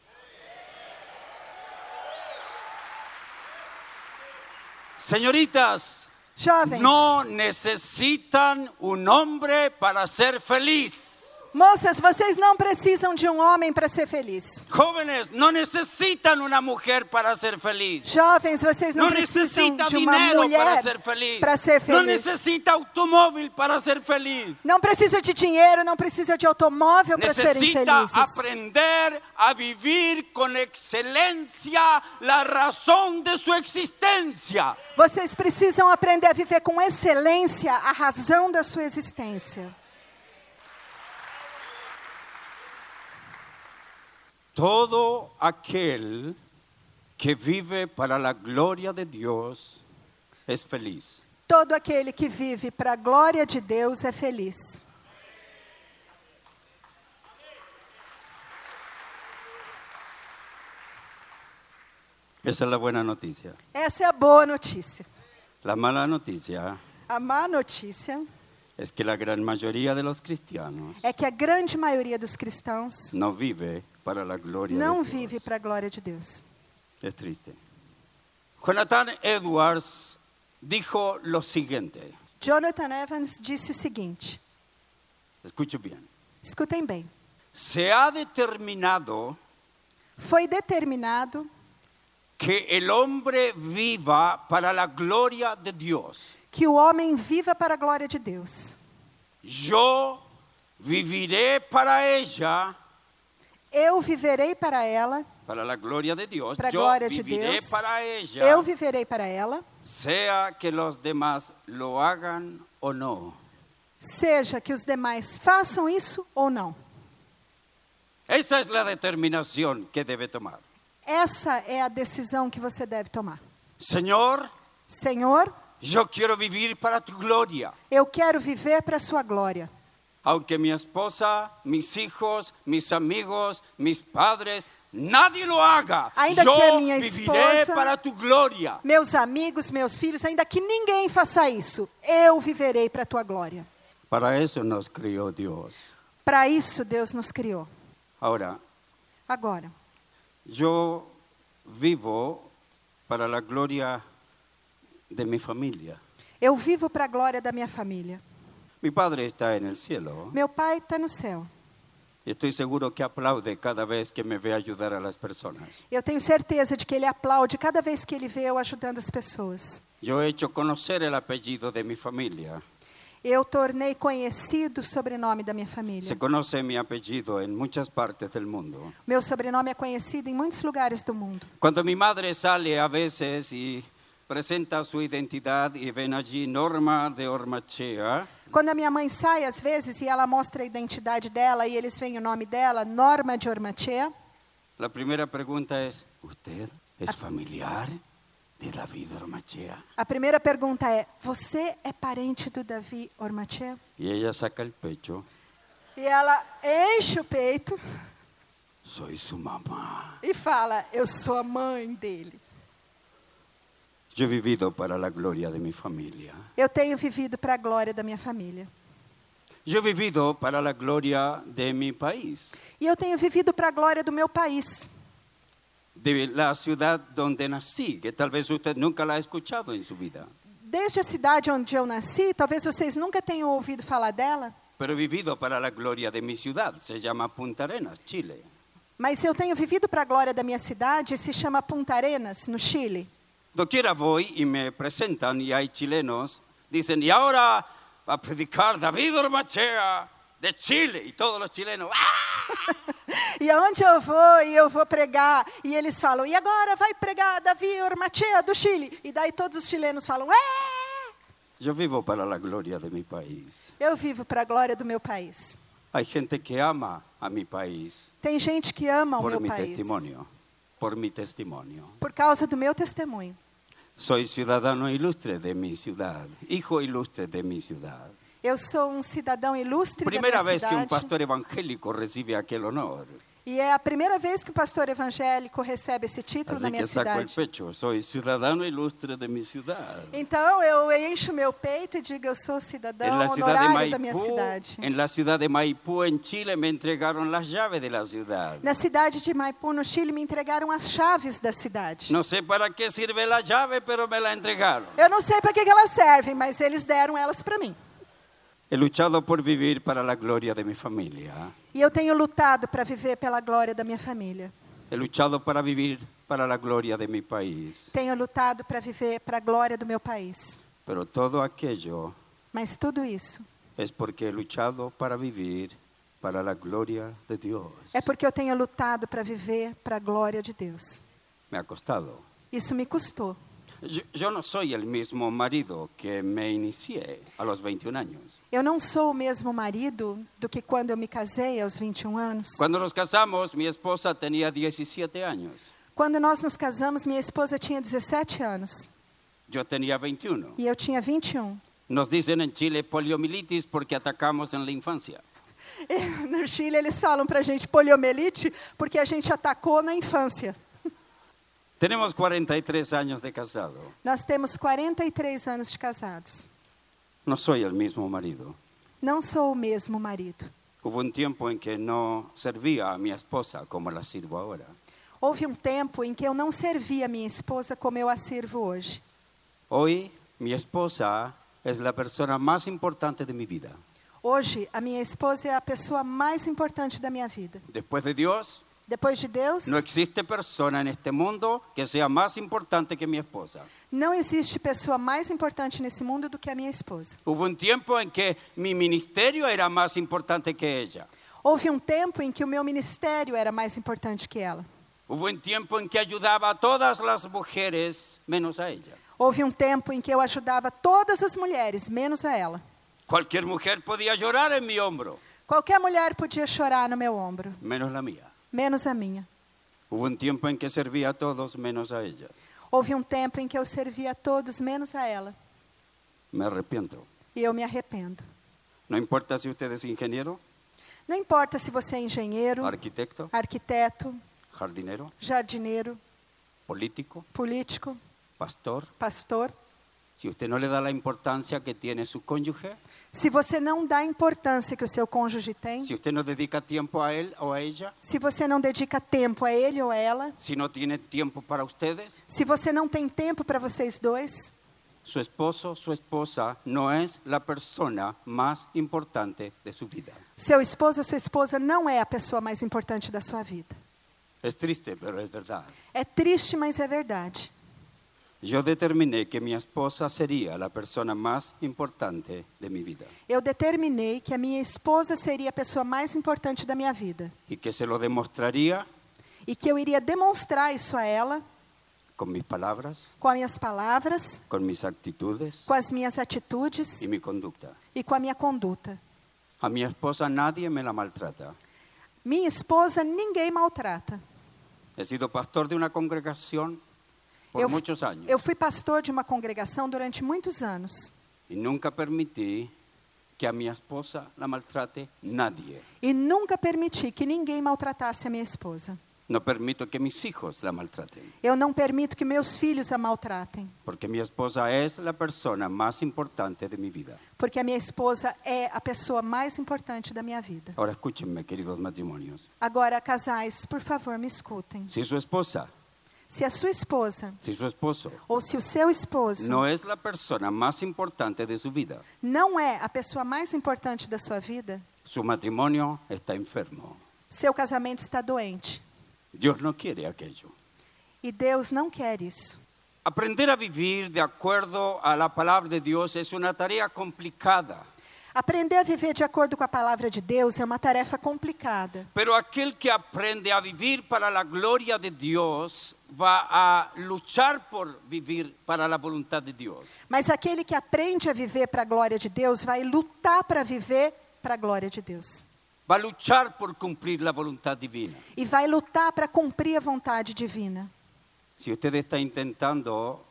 Señoritas, Jovens, no necesitan un hombre para ser feliz. moças, vocês não precisam de um homem para ser feliz. Jóvenes, no necesitan una mujer para ser feliz. Jovens, vocês não No precisam necesita de uma dinero para mulher ser feliz. para ser No feliz. necesita automóvil para ser feliz. Não precisa de dinheiro, não precisa de automóvel para serem Necesita felizes. aprender a vivir con excelencia la razón de su existencia. Vocês precisam aprender a viver com excelência a razão da sua existência. Todo aquel que vive para la gloria de Dios es feliz. Todo aquele que vive para a glória de Deus é feliz. Esa es la buena noticia. Essa é a boa notícia. La mala noticia A má notícia es que la gran mayoría de los cristianos é que a grande maioria dos cristãos no vive para la gloria não de Dios. vive para a glória de Deus. Es triste. Jonathan Edwards dijo lo siguiente. Jonathan Evans disse o seguinte, Escuche bien. escutem bem. Se ha determinado Foi determinado que el hombre viva para la gloria de Dios. que o homem viva para a glória de Deus. Yo viviré para ella, Eu viverei para ela, para la gloria de Dios. para a Yo glória de viviré Deus. para ella, Eu viverei para ela, sea que los demás lo hagan o no. seja que os demais façam isso ou não. Esa es la determinación que debe tomar. Essa é a decisão que você deve tomar. Señor, Senhor, yo quiero vivir para tu gloria. eu quero viver para a sua glória. Aunque mi esposa, mis hijos, mis amigos, mis padres, nadie lo haga. Ainda Yo que a minha viviré esposa- para tu gloria. Meus amigos, meus filhos, ainda que ninguém faça isso, eu viverei para a tua glória. Para eso nos crió Dios. Para isso Deus nos criou. Ahora, Agora, yo vivo para la gloria de mi familia. eu vivo para a glória da minha família. Mi padre está en el cielo Meu pai está no céu. y estoy seguro que aplaude cada vez que me ve ayudar a las personas. Eu tenho certeza de que ele aplaude cada vez que ele vê eu ajudando as pessoas. Yo he hecho conocer el apellido de mi familia. Eu tornei conhecido o sobrenome da minha família. Se conoce mi apellido en muchas partes del mundo. Meu sobrenome é conhecido em muitos lugares do mundo. Cuando mi madre sale a veces y presenta su identidad y ven allí Norma de Ormachea, Quando a minha mãe sai, às vezes, e ela mostra a identidade dela, e eles veem o nome dela, Norma de Ormachea, la primera pregunta es, ¿usted es familiar de David Ormachea? a primeira pergunta é, você é parente do Davi Ormachea? Y ella saca el pecho, E ela enche o peito soy su mamá. e fala, eu sou a mãe dele. Yo he vivido para la gloria de mi familia. Eu tenho vivido para a glória da minha família. Yo he vivido para la gloria de mi país, E eu tenho vivido para a glória do meu país. de la ciudad donde nací, que tal vez usted nunca la ha escuchado en su vida. Desde a cidade onde eu nasci, talvez vocês nunca tenham ouvido falar dela, Pero he vivido para la gloria de mi ciudad, se llama Punta Arenas, Chile. mas eu tenho vivido para a glória da minha cidade, se chama Punta Arenas, no Chile. Doquiera voy y me presentan y hay chilenos, dicen, y ahora va a predicar David Ormachea de Chile. Y todos los chilenos, ¡ah! E aonde eu vou e eu vou pregar, e eles falam, e agora vai pregar Davi Ormachea do Chile. E daí todos os chilenos falam, é! Yo vivo para la gloria de mi país. Eu vivo para a glória do meu país. Hay gente que ama a mi país Tem gente que ama o por meu mi país. testimonio, por mi testimonio. Por causa do meu testemunho. Soy ciudadano ilustre de mi ciudad, hijo ilustre de mi ciudad. Eu sou um cidadão ilustre Primera da minha vez que un cidade. pastor evangélico recibe aquel honor. E é a primeira vez que o pastor evangélico recebe esse título na Así minha que saco el cidade. pecho, soy ciudadano ilustre de mi ciudad. Então eu encho meu peito e digo, eu sou En cidadão la ciudad de honorário da minha Maipú, cidade. en la ciudad de Maipú, en Chile, me entregaron las llaves de la ciudad. Na cidade de Maipú, no Chile, me entregaram as chaves da cidade. No sé para qué sirve la llave, pero me la entregaron. Eu não sei para que elas servem, mas eles deram elas para mim. He luchado por vivir para la gloria de mi familia. E eu tenho lutado para viver pela glória da minha família. He luchado para vivir para la gloria de mi país. Tenho lutado para viver para a glória do meu país. Pero todo aquello Mas tudo isso es porque he luchado para vivir para la gloria de Dios. é porque eu tenho lutado para viver para a glória de Deus. Me ha costado. Isso me custou. Yo no soy el mismo marido que me inicié a los 21 años. Eu não sou o mesmo marido do que quando eu me casei aos 21 anos. Cuando nos casamos, mi esposa tenía 17 años. Quando nós nos casamos, minha esposa tinha 17 anos Yo tenía 21. e eu tinha 21. Nos dicen en Chile poliomielitis porque atacamos en la infancia. No Chile eles falam para a gente poliomielite porque a gente atacou na infância. Tenemos 43 años de casado. Nós temos 43 anos de casados. No soy el mismo marido. Não sou o mesmo marido. Hubo un tiempo en que no servía a mi esposa como la sirvo ahora. Houve um tempo em que eu não servia a minha esposa como eu a sirvo hoje. Hoy mi esposa es la persona más importante de mi vida. Hoje, a minha esposa é a pessoa mais importante da minha vida. Después de Dios, Depois de Deus, no existe persona en este mundo que sea más importante que mi esposa. não existe pessoa mais importante nesse mundo do que a minha esposa. Hubo un tiempo en que mi ministerio era más importante que ella. Houve um tempo em que o meu ministério era mais importante que ela. Hubo un tiempo en que ayudaba a todas las mujeres menos a ella. Houve um tempo em que eu ajudava todas as mulheres, menos a ela. Cualquier mujer podía llorar en mi hombro, Qualquer mulher podia chorar no meu ombro, menos la mía. menos a minha. Hubo un tiempo en que servía a todos menos a ella. Houve um tempo em que eu servia a todos, menos a ela. Me arrepiento. E eu me arrependo. No importa si usted es ingeniero, Não importa se você é engenheiro, arquitecto, arquiteto, jardinero, jardineiro, político, político, pastor. pastor. Si usted no le da la importancia que tiene su cónyuge, Se você não dá a importância que o seu cônjuge tem, si usted no dedica tiempo a él o a ella, se você não dedica tempo a ele ou a ela, si no tiene tiempo para ustedes, se você não tem tempo para vocês dois, su esposo, su esposa no es la persona más importante de su vida. seu esposo ou sua esposa não é a pessoa mais importante da sua vida. Es triste, pero es verdad. É triste, mas é verdade. Yo determiné que mi esposa sería la persona más importante de mi vida Eu determinei que a minha esposa seria a pessoa mais importante da minha vida. y que se lo demostraría E que eu iria demonstrar isso a ela con mis palabras, com as minhas palavras, con mis actitudes com as minhas atitudes y mi conducta. e com a minha conduta. A mi esposa nadie me la maltrata. Minha esposa ninguém maltrata. He sido pastor de una congregación por muchos años Eu fui pastor de uma congregação durante muitos anos. y nunca permití que a mi esposa la maltrate nadie. E nunca permiti que ninguém maltratasse a minha esposa. No permito que mis hijos la maltraten, Eu não permito que meus filhos a maltratem. porque mi esposa es la persona más importante de mi vida. Porque a minha esposa é a pessoa mais importante da minha vida. Ahora escúchenme, queridos matrimonios. Agora, casais, por favor, me escutem. Si su esposa, Se a sua esposa si su esposo ou se o seu esposo no es la persona más importante de su vida, não é a pessoa mais importante da sua vida, su matrimonio está enfermo. seu casamento está doente. Dios no quiere aquello. E Deus não quer isso. Aprender a vivir de acuerdo a la palabra de Dios es una tarea complicada. Aprender a viver de acordo com a palavra de Deus é uma tarefa complicada. Pero aquel que aprende a vivir para la gloria de Dios va a luchar por vivir para la voluntad de Dios. Mas aquele que aprende a viver para a glória de Deus vai lutar para viver para a glória de Deus. Va a luchar por cumplir la voluntad divina. E vai lutar para cumprir a vontade divina. Si usted está intentando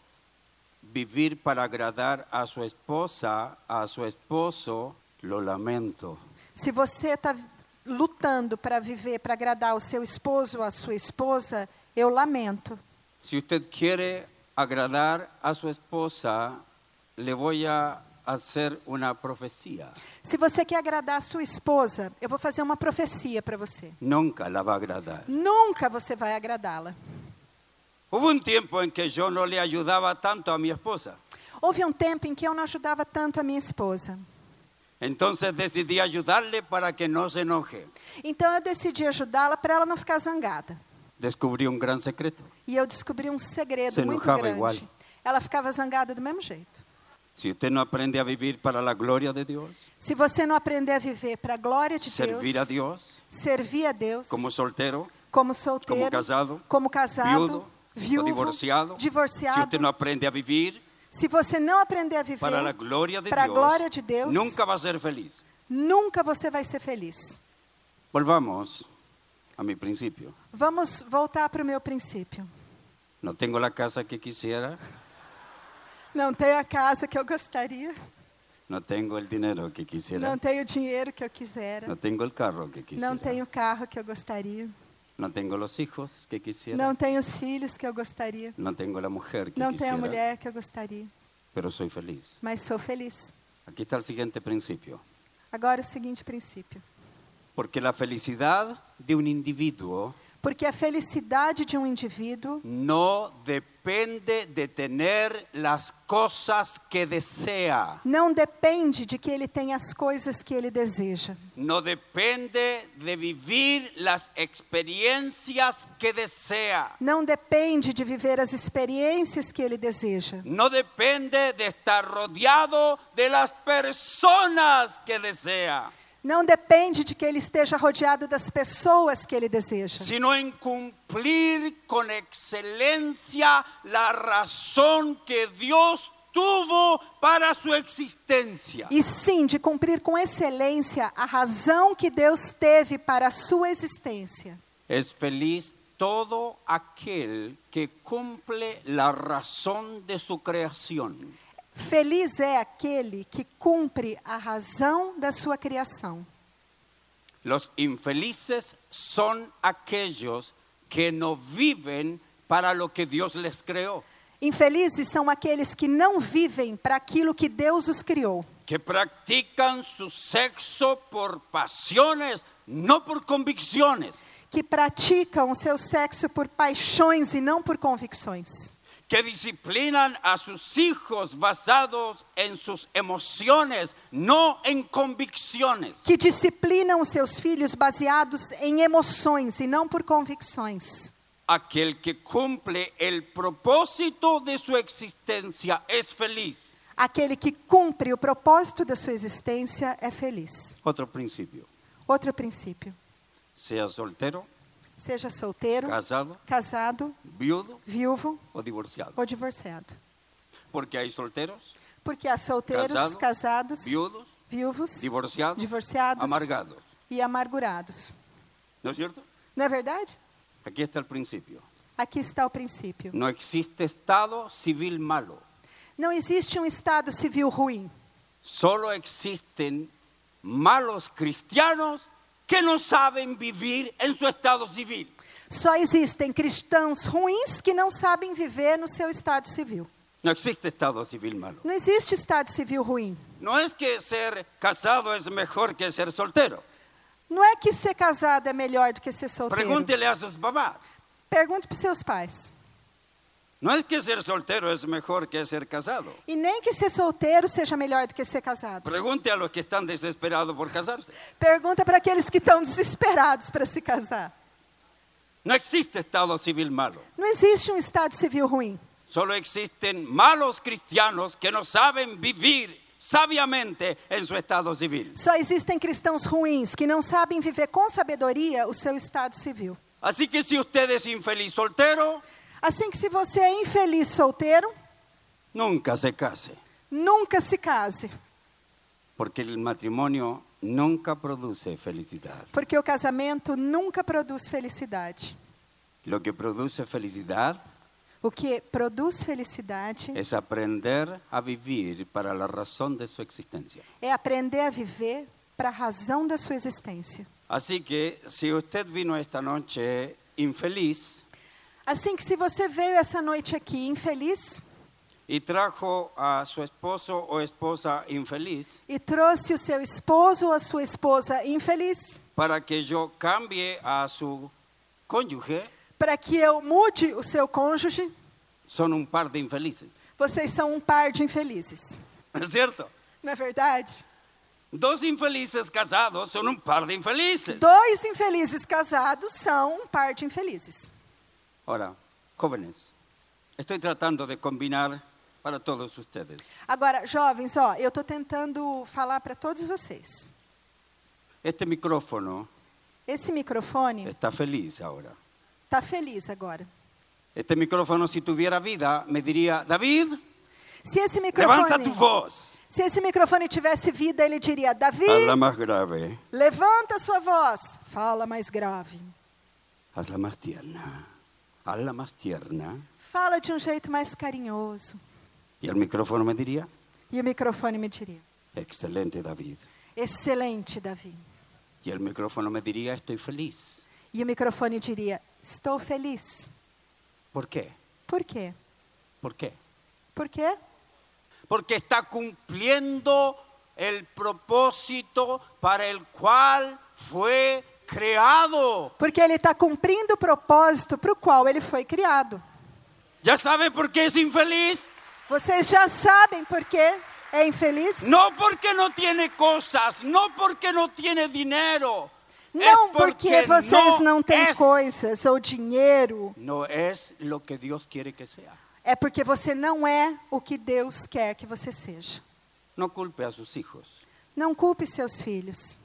vivir para agradar a su esposa, a su esposo, lo lamento. Se você está lutando para viver, para agradar o seu esposo ou a sua esposa, eu lamento. Si usted quiere agradar a su esposa, le voy a hacer una profecía. Se você quer agradar a sua esposa, eu vou fazer uma profecia para você. Nunca la va a agradar. Nunca você vai agradá-la. Hubo un tiempo en que yo no le ayudaba tanto a mi esposa. Houve um tempo em que eu não ajudava tanto a minha esposa. Entonces decidí ayudarle para que no se enoje. Então eu decidi ajudá-la para ela não ficar zangada. Descubrí un gran secreto. E eu descobri um segredo Se muito enojava grande. igual. Ela ficava zangada do mesmo jeito. Si usted no aprende a vivir para la gloria de Dios, Se você não aprender a viver para a glória de servir a Deus, Dios, servir a Deus, como soltero, como solteiro, como casado, casado, viudo, o divorciado, si divorciado, usted no aprende a vivir se você não aprender a viver para la gloria de para a glória de Dios, Deus, nunca va a ser feliz. nunca você vai ser feliz. Volvamos a mi principio. Vamos voltar para o meu princípio. No tengo la casa que quisiera, Não tenho a casa que eu gostaria, no tengo el dinero que quisiera, não tenho o dinheiro que eu quisera, no tengo el carro que quisiera, não tenho o carro que eu gostaria, no tengo los hijos que quisiera, não tenho os filhos que eu gostaria, no tengo la mujer que não tenho a quisiera, mulher que eu gostaria, pero soy feliz. mas sou feliz. Aquí está el siguiente principio. Agora o seguinte princípio. Porque la felicidad de un individuo Porque a felicidade de um indivíduo no depende de tener las cosas que desea. não depende de que ele tenha as coisas que ele deseja. No depende de vivir las experiencias que desea. Não depende de viver as experiências que ele deseja. No depende de estar rodeado de las personas que desea. Não depende de que ele esteja rodeado das pessoas que ele deseja. Sino en cumplir con excelencia la razón que Dios tuvo para su existencia. E sim, de cumprir com excelência a razão que Deus teve para a sua existência. Es feliz todo aquel que cumple la razón de su creación. Feliz é aquele que cumpre a razão da sua criação. Los infelices son aquellos que no viven para lo que Dios les creó. Infelizes são aqueles que não vivem para aquilo que Deus os criou. Que practican su sexo por pasiones, no por convicciones. Que praticam o seu sexo por paixões e não por convicções. Que disciplinan a sus hijos basados en sus emociones, no en convicciones. Que disciplinam os seus filhos baseados em emoções e não por convicções. Aquel que cumple el propósito de su existencia es feliz. Aquele que cumpre o propósito da sua existência é feliz. Otro principio. Outro princípio. Sea soltero, Seja solteiro, casado, viudo viúvo o divorciado. ou divorciado. Porque hay solteros, Porque há solteiros, casados, viúvos, divorciados amargados. e amargurados. ¿No es cierto? Não é verdade? Aquí está el principio. Aqui está o princípio. No existe estado civil malo. Não existe um estado civil ruim. Solo existen malos cristianos que no saben vivir en su estado civil. Só existem cristãos ruins que não sabem viver no seu estado civil. No existe estado civil malo. Não existe estado civil ruim. No es que ser casado es mejor que ser soltero. Não é que ser casado é melhor do que ser solteiro. Pregúntele a sus papás. Pergunte para os seus pais. No es que ser soltero es mejor que ser casado. E nem que ser solteiro seja melhor do que ser casado. Pregunte a los que están desesperados por casarse. Pergunta para aqueles que estão desesperados para se casar. No existe estado civil malo. Não existe um estado civil ruim. Solo existen malos cristianos que no saben vivir sabiamente en su estado civil. Só existem cristãos ruins que não sabem viver com sabedoria o seu estado civil. Así que si usted es infeliz soltero, Assim que se você é infeliz solteiro, nunca se case. nunca se case. Porque el matrimonio nunca produce felicidad. Porque o casamento nunca produz felicidade. Lo que produce felicidad O que produz felicidade es aprender a vivir para la razón de su existencia. é aprender a viver para a razão da sua existência. Así que si usted vino esta noche infeliz Assim que se você veio essa noite aqui infeliz y trajo a su esposo o esposa infeliz e trouxe o seu esposo ou a sua esposa infeliz, para que yo cambie a su cónyuge, para que eu mude o seu cônjuge, son un par de infelices. vocês são um par de infelizes. ¿Es cierto? Não é verdade? Dos infelices casados son un par de infelices. Dois infelizes casados são um par de infelizes. Ahora, jóvenes, estoy tratando de combinar para todos ustedes. Agora, jovens, ó, eu estou tentando falar para todos vocês. Este micrófono Esse microfone está feliz ahora. está feliz agora. Este micrófono, si tuviera vida, me diría, David, Se esse levanta tu microfone, voz. se esse microfone tivesse vida, ele diria: Davi, Hazla más grave, levanta sua voz, fala mais grave, hazla más tierna, hazla más tierna. fala de um jeito mais carinhoso. Y el micrófono me diría, E o microfone me diria: excelente, David. excelente, Davi. Y el micrófono me diría, estoy feliz. E o microfone diria: estou feliz. ¿Por qué? Por quê? ¿Por qué? Por quê? Porque está cumpliendo el propósito para el cual fue creado. Porque ele está cumprindo o propósito para o qual ele foi criado. ¿Ya sabe por qué es infeliz? Vocês já sabem por quê é infeliz? No porque no tiene cosas, no porque no tiene dinero. Não es porque vocês não têm es, coisas ou dinheiro. no es lo que Dios quiere que sea. É porque você não é o que Deus quer que você seja. No culpe a sus hijos, Não culpe seus filhos.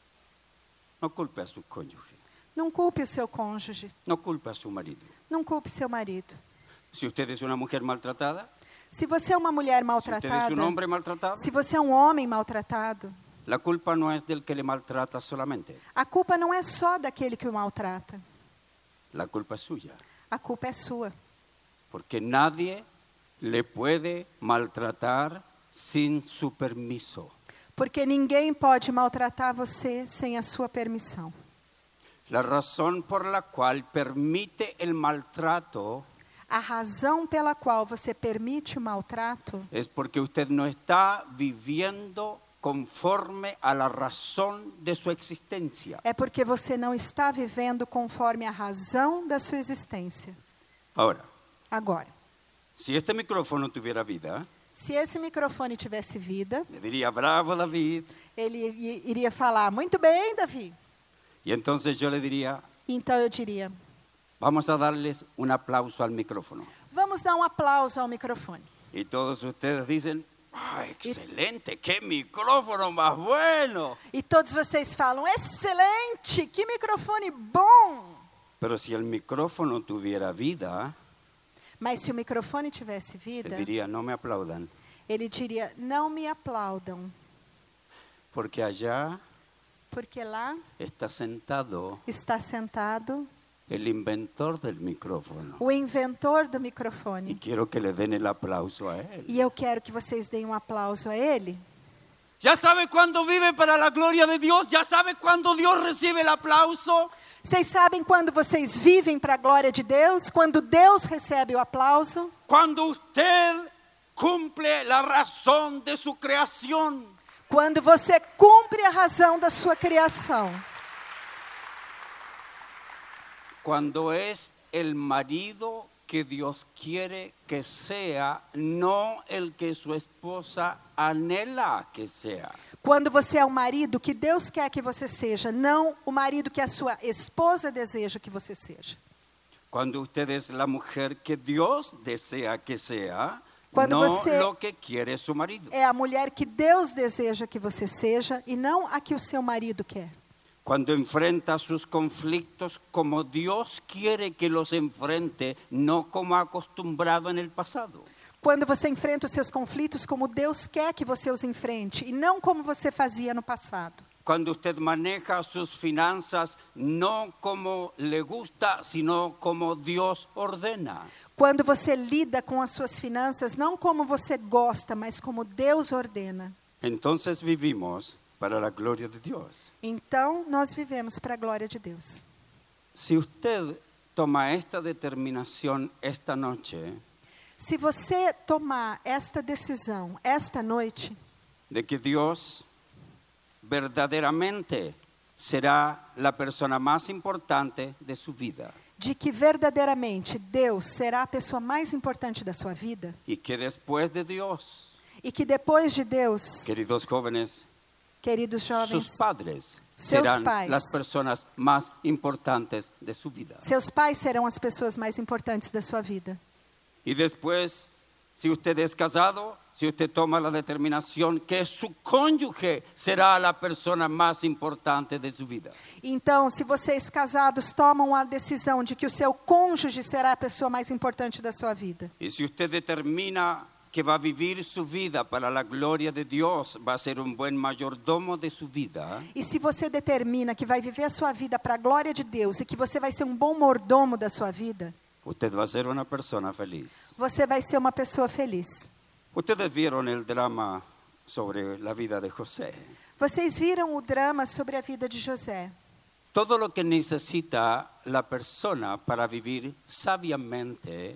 no culpe a su cónyuge, Não culpe o seu cônjuge. no culpe a su marido. Não culpe seu marido. Si usted es una mujer maltratada, Se você é uma mulher si usted maltratada, es un hombre maltratado, se você é um homem maltratado, la culpa no es del que le maltrata solamente, a culpa não é só daquele que o maltrata. la culpa es suya. A culpa é sua. Porque nadie le puede maltratar sin su permiso. Porque ninguém pode maltratar você sem a sua permissão. La razón por la cual permite el maltrato A razão pela qual você permite o maltrato es porque usted no está viviendo conforme a la razón de su existencia. é porque você não está vivendo conforme a razão da sua existência. Ahora, Agora, si este micrófono tuviera vida, se esse microfone tivesse vida, le diría, bravo David, ele iria falar: muito bem, Davi. y entonces yo le diría, Então eu diria: vamos a darles un aplauso al micrófono. vamos dar um aplauso ao microfone. Y todos ustedes dicen, ¡ah, excelente! ¡Qué micrófono más bueno! E todos vocês falam: excelente, que microfone bom. Pero si el micrófono tuviera vida, Mas se o microfone tivesse él vida, diría, no me aplaudan, ele diria: não me aplaudam, porque allá porque lá está sentado está sentado el inventor del micrófono. o inventor do Y microfone. quiero que le den el aplauso a él. E eu quero que vocês deem um aplauso a ele. ¿Ya sabe cuándo vive para la gloria de Dios? ¿Ya sabe cuándo Dios recibe el aplauso? Vocês sabem quando vocês vivem para a glória de Deus? Quando Deus recebe o aplauso? Cuando usted cumple la razón de su creación. Quando você cumpre a razão da sua criação. Cuando es el marido que Dios quiere que sea, no el que su esposa anhela que sea. Quando você é o marido que Deus quer que você seja, não o marido que a sua esposa deseja que você seja. Cuando usted es la mujer que Dios desea que sea, Cuando no você lo que quiere su marido. É a mulher que Deus deseja que você seja e não a que o seu marido quer. Cuando enfrenta sus conflictos como Dios quiere que los enfrente, no como ha acostumbrado en el pasado. Quando você enfrenta os seus conflitos como Deus quer que você os enfrente e não como você fazia no passado. Cuando usted maneja sus finanzas no como le gusta, sino como Dios ordena. Quando você lida com as suas finanças não como você gosta, mas como Deus ordena. Entonces vivimos para la gloria de Dios. Então, nós vivemos para a glória de Deus. Si usted toma esta determinación esta noche, Se você tomar esta decisão esta noite, de que Dios verdaderamente será la persona más importante de su vida, de que verdadeiramente Deus será a pessoa mais importante da sua vida, y que después de Dios, e que depois de Deus, queridos jóvenes, queridos jovens, sus padres seus serán pais, las personas más importantes de su vida. seus pais serão as pessoas mais importantes da sua vida. Y después, si usted es casado, si usted toma la determinación que su cónyuge será la persona más importante de su vida. Então, se vocês casados tomam a decisão de que o seu cônjuge será a pessoa mais importante da sua vida, Y si usted determina que va a vivir su vida para la gloria de Dios, va a ser un buen mayordomo de su vida, e se você determina que vai viver a sua vida para a glória de Deus e que você vai ser um bom mordomo da sua vida, usted va a ser una persona feliz. você vai ser uma pessoa feliz. Ustedes vieron el drama sobre la vida de José. Vocês viram o drama sobre a vida de José. Todo lo que necesita la persona para vivir sabiamente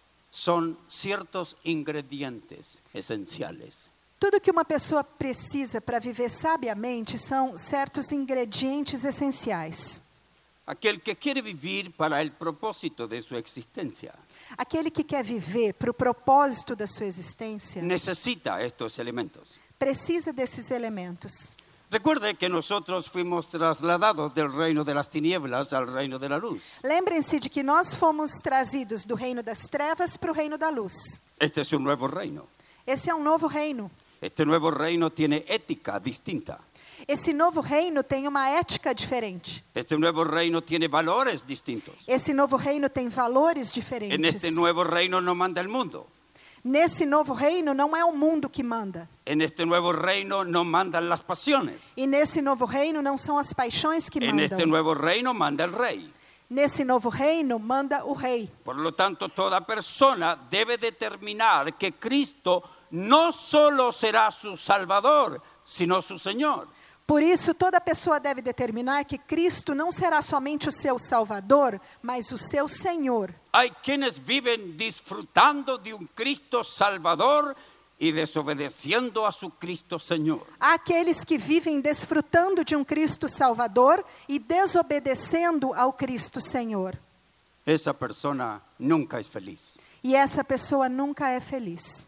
son ciertos ingredientes esenciales. Tudo que uma pessoa precisa para viver sabiamente são certos ingredientes essenciais. Aquel que quiere vivir para el propósito de su existencia Aquele que quer viver para o propósito da sua existência necesita estos elementos. precisa desses elementos. Recuerde que nosotros fuimos trasladados del reino de las tinieblas al reino de la luz. Lembrem-se de que nós fomos trazidos do reino das trevas para o reino da luz. Este es un nuevo reino. Esse é um novo reino. Este nuevo reino tiene ética distinta. Esse novo reino tem uma ética diferente. Este nuevo reino tiene valores distintos. Esse novo reino tem valores En diferentes. este nuevo reino no manda el mundo. Nesse novo reino não é o mundo que manda. En este nuevo reino no mandan las pasiones. E nesse novo reino não são as paixões que En este mandam. nuevo reino manda el rey. Nesse novo reino manda o rei. Por lo tanto, toda persona debe determinar que Cristo no solo será su Salvador, sino su Señor. Por isso, toda pessoa deve determinar que Cristo não será somente o seu Salvador, mas o seu Senhor. Hay quienes viven disfrutando de un Cristo Salvador y desobedeciendo a su Cristo Señor. Há aqueles que vivem desfrutando de um Cristo Salvador e desobedecendo ao Cristo Senhor. Esa persona nunca es feliz. E essa pessoa nunca é feliz.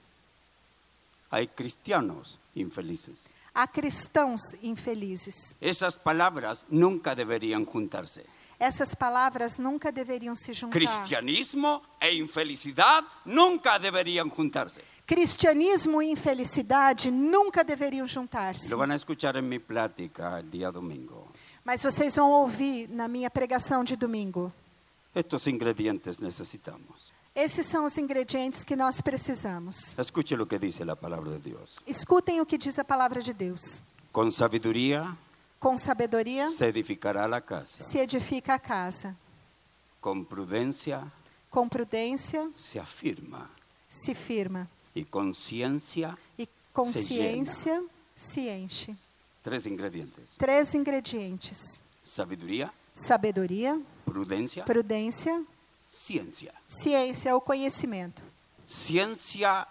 Hay cristianos infelices. Há cristãos infelizes. Esas palabras nunca deberían juntarse. Essas palavras nunca deveriam se juntar. Cristianismo e infelicidad nunca deberían juntarse. Cristianismo e infelicidade nunca deveriam juntar-se. Lo van a escuchar en mi plática el día domingo. Mas vocês vão ouvir na minha pregação de domingo. Estos ingredientes necesitamos. Esses são os ingredientes que nós precisamos. Escuche lo que dice la palabra de Dios. Escutem o que diz a palavra de Deus. Con sabiduría Com sabedoria se edificará la casa. se edifica a casa. Con prudencia Com prudência se afirma. se firma. Y con ciencia, E com ciência se enche. 3 ingredientes. 3 ingredientes. Sabiduría, Sabedoria, prudencia, prudência, ciencia. ciência, o conhecimento. Ciencia,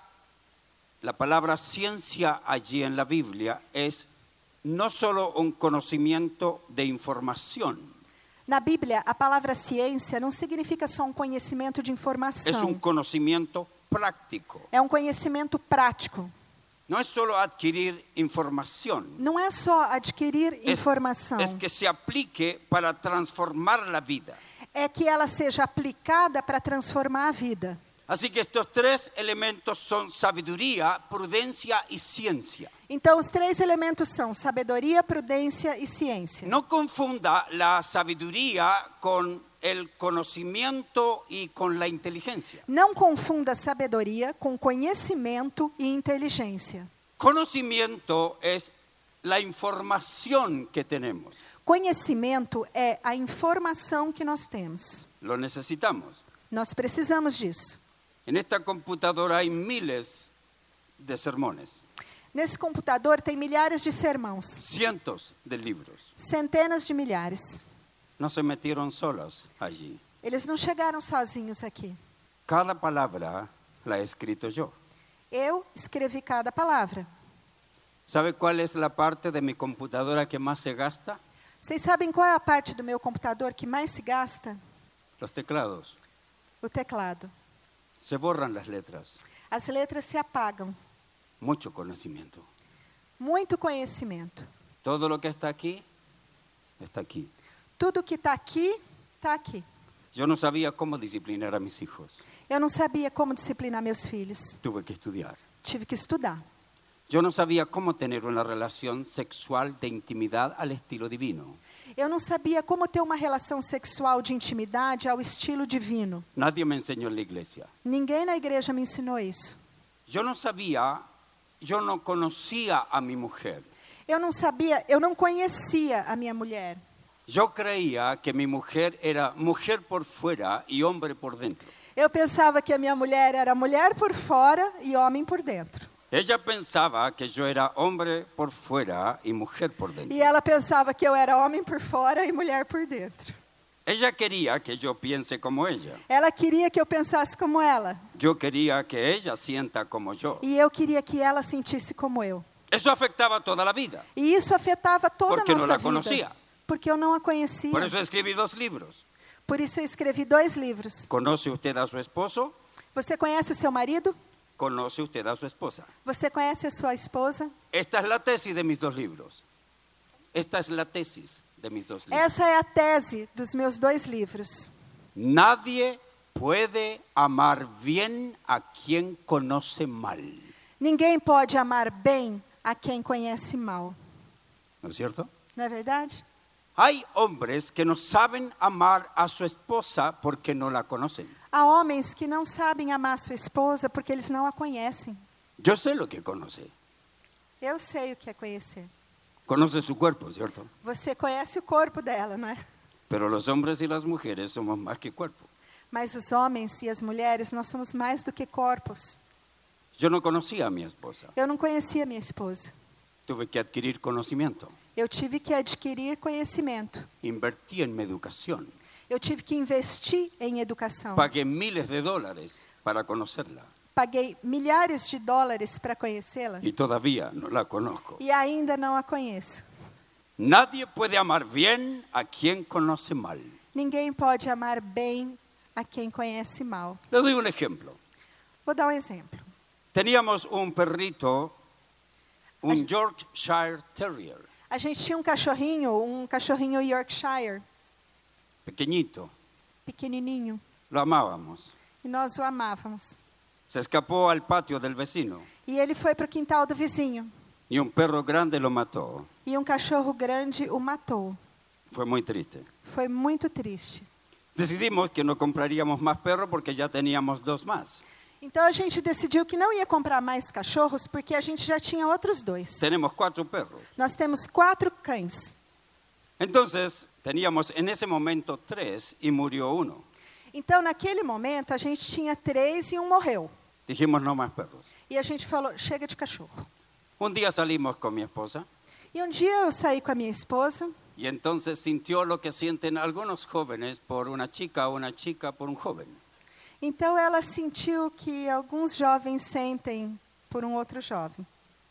la palabra ciencia allí en la Biblia es no solo un conocimiento de información, Na Bíblia, a palavra ciência não significa só um conhecimento de es un informação. conocimiento práctico. É um conhecimento prático. No es solo adquirir información, Não é só adquirir informação. es que se aplique para transformar la vida. É que ela seja aplicada para transformar a vida. Así que estos 3 elementos son sabiduría, prudencia y ciencia. Então, os 3 elementos são sabedoria, prudência e ciência. No confunda la sabiduría con el conocimiento y con la inteligencia. Não confunda sabedoria com conhecimento e inteligência. Conocimiento es la información que tenemos. Conhecimento é a informação que nós temos. Lo necesitamos. Nós precisamos disso. En esta computadora hay miles de sermones. Nesse computador tem milhares de sermãos, cientos de libros. centenas de milhares. No se metieron solos allí. Eles não chegaram sozinhos aqui. Cada palabra la he escrito yo. Eu escrevi cada palavra. ¿Sabe cuál es la parte de mi computadora que más se gasta? Vocês sabem qual é a parte do meu computador que mais se gasta? Los teclados. O teclado. Se borran las letras. As letras se apagam. Mucho conocimiento. Muito conhecimento. Todo lo que está aquí, está aquí. Tudo que está aqui, está aqui. Yo no sabía cómo disciplinar a mis hijos. Eu não sabia como disciplinar meus filhos. Tuve que estudiar. Tive que estudar. Yo no sabía cómo tener una relación sexual de intimidad al estilo divino. Eu não sabia como ter uma relação sexual de intimidade ao estilo divino. Nadie me enseñó en la iglesia. Ninguém na igreja me ensinou isso. Yo no conocía a mi mujer. Eu não sabia, eu não conhecia a minha mulher. Yo creía que mi mujer era mujer por fuera y hombre por dentro. Eu pensava que a minha mulher era mulher por fora e homem por dentro. Ella pensaba que yo era hombre por fuera y mujer por dentro. E ela pensava que eu era homem por fora e mulher por dentro. Ella quería que yo piense como ella. Ela queria que eu pensasse como ela. Yo quería que ella sienta como yo. E eu queria que ela sentisse como eu. Eso afectaba toda la vida. E isso afetava toda Porque a nossa não la vida. conhecia. Porque eu não a conhecia. Por eso escribí 2 libros. Por isso eu escrevi 2 livros. ¿Conoce usted a su esposo? Você conhece o seu marido? ¿Conoce usted a su esposa? Você conhece a sua esposa? Esta es la tesis de mis 2 libros. Esta es la tesis de mis 2 libros. Essa é a tese dos meus 2 livros. Nadie puede amar bien a quien conoce mal. Ninguém pode amar bem a quem conhece mal. ¿No es cierto? Não é verdade? Hay hombres que no saben amar a su esposa porque no la conocen. Há homens que não sabem amar sua esposa porque eles não a conhecem. Yo sé lo que conoce. Eu sei o que é conhecer. Conoce su cuerpo, ¿cierto? Você conhece o corpo dela, não é? Pero los hombres y las mujeres somos más que cuerpo. Mas os homens e as mulheres, nós somos mais do que corpos. Yo no conocía a mi esposa. Eu não conhecia minha esposa. Tuve que adquirir conocimiento. Eu tive que adquirir conhecimento. Invertí en mi educación. Eu tive que investir em educação. Pagué miles de dólares para conocerla. Paguei milhares de dólares para conhecê-la. Y todavía no la conozco. E ainda não a conheço. Nadie puede amar bien a quien conoce mal. Ninguém pode amar bem a quem conhece mal. Le doy un ejemplo. Vou dar um exemplo. Teníamos un perrito, un Yorkshire Terrier, A gente tinha um cachorrinho Yorkshire, pequeñito. pequenininho, Lo amábamos. e nós o amávamos. Se escapó al patio del vecino E ele foi para o quintal do vizinho, y un perro grande lo mató. e um cachorro grande o matou. Fue muy triste. Foi muito triste. Decidimos que no compraríamos más perros porque ya teníamos 2 más. Então a gente decidiu que não ia comprar mais cachorros porque a gente já tinha outros 2. Tenemos 4 perros. Nós temos 4 cães. Entonces, teníamos en ese momento 3 y murió uno. Então naquele momento a gente tinha 3 e um morreu. Dijimos no más perros. E a gente falou, chega de cachorro. Un día salimos con mi esposa E um dia eu saí com a minha esposa y entonces sintió lo que sienten algunos jóvenes por una chica o una chica por un joven. Então ela sentiu que alguns jovens sentem por um outro jovem.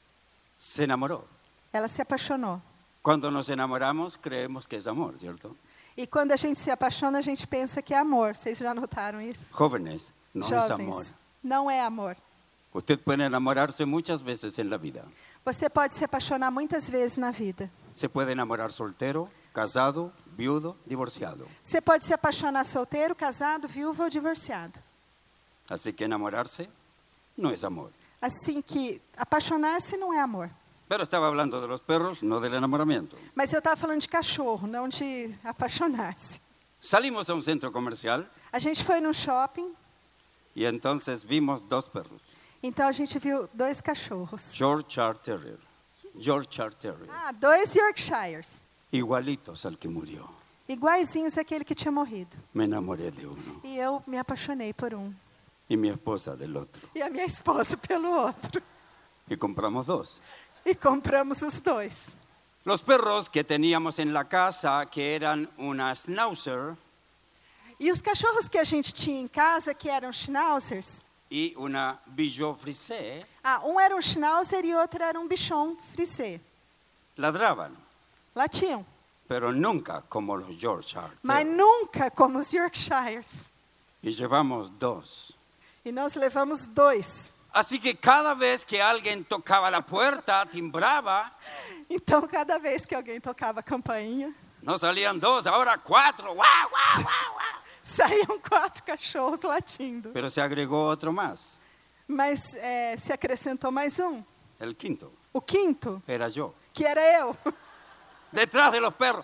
Se enamoró. Ela se apaixonou. Cuando nos enamoramos creemos que es amor, ¿cierto? E quando a gente se apaixona, a gente pensa que é amor. Vocês já notaram isso? Jóvenes, no es amor. Jovens, não é amor. Usted puede enamorarse muchas veces en la vida. Você pode se apaixonar muitas vezes na vida. Se puede enamorar soltero, casado, viudo, divorciado. Você pode se apaixonar solteiro, casado, viúvo ou divorciado. Así que enamorarse no es amor. Assim que apaixonar-se não é amor. Pero estaba hablando de los perros, no del enamoramiento. Mas eu estava falando de cachorro, não de apaixonar-se. Salimos a un centro comercial A gente foi num shopping, y entonces vimos 2 perros. então a gente viu 2 cachorros. Yorkshire Terrier. Yorkshire Terrier. 2 Yorkshires, Igualitos al que murió. iguaizinhos àquele que tinha morrido. Me enamoré de uno E eu me apaixonei por um. y mi esposa del otro. E a minha esposa pelo outro. y compramos 2. E compramos os 2. Los perros que teníamos en la casa, que eran una Schnauzer E os cachorros que a gente tinha em casa, que eram schnauzers, y una Bichon Frise, um era um schnauzer e outro era um bichon frisé. ladraban, Latiam, pero nunca como los Yorkshire. mas nunca como os Yorkshires. Y llevamos 2. E nós levamos 2. Así que cada vez que alguien tocaba la puerta, timbraba, Então, cada vez que alguém tocava a campainha, no salían 2, ahora 4. ¡Guau, guau, guau, guau! saíam 4 cachorros latindo. Pero se agregó otro más, Mas se acrescentou mais um. el quinto, O quinto, era yo. que era eu. Detrás de los perros.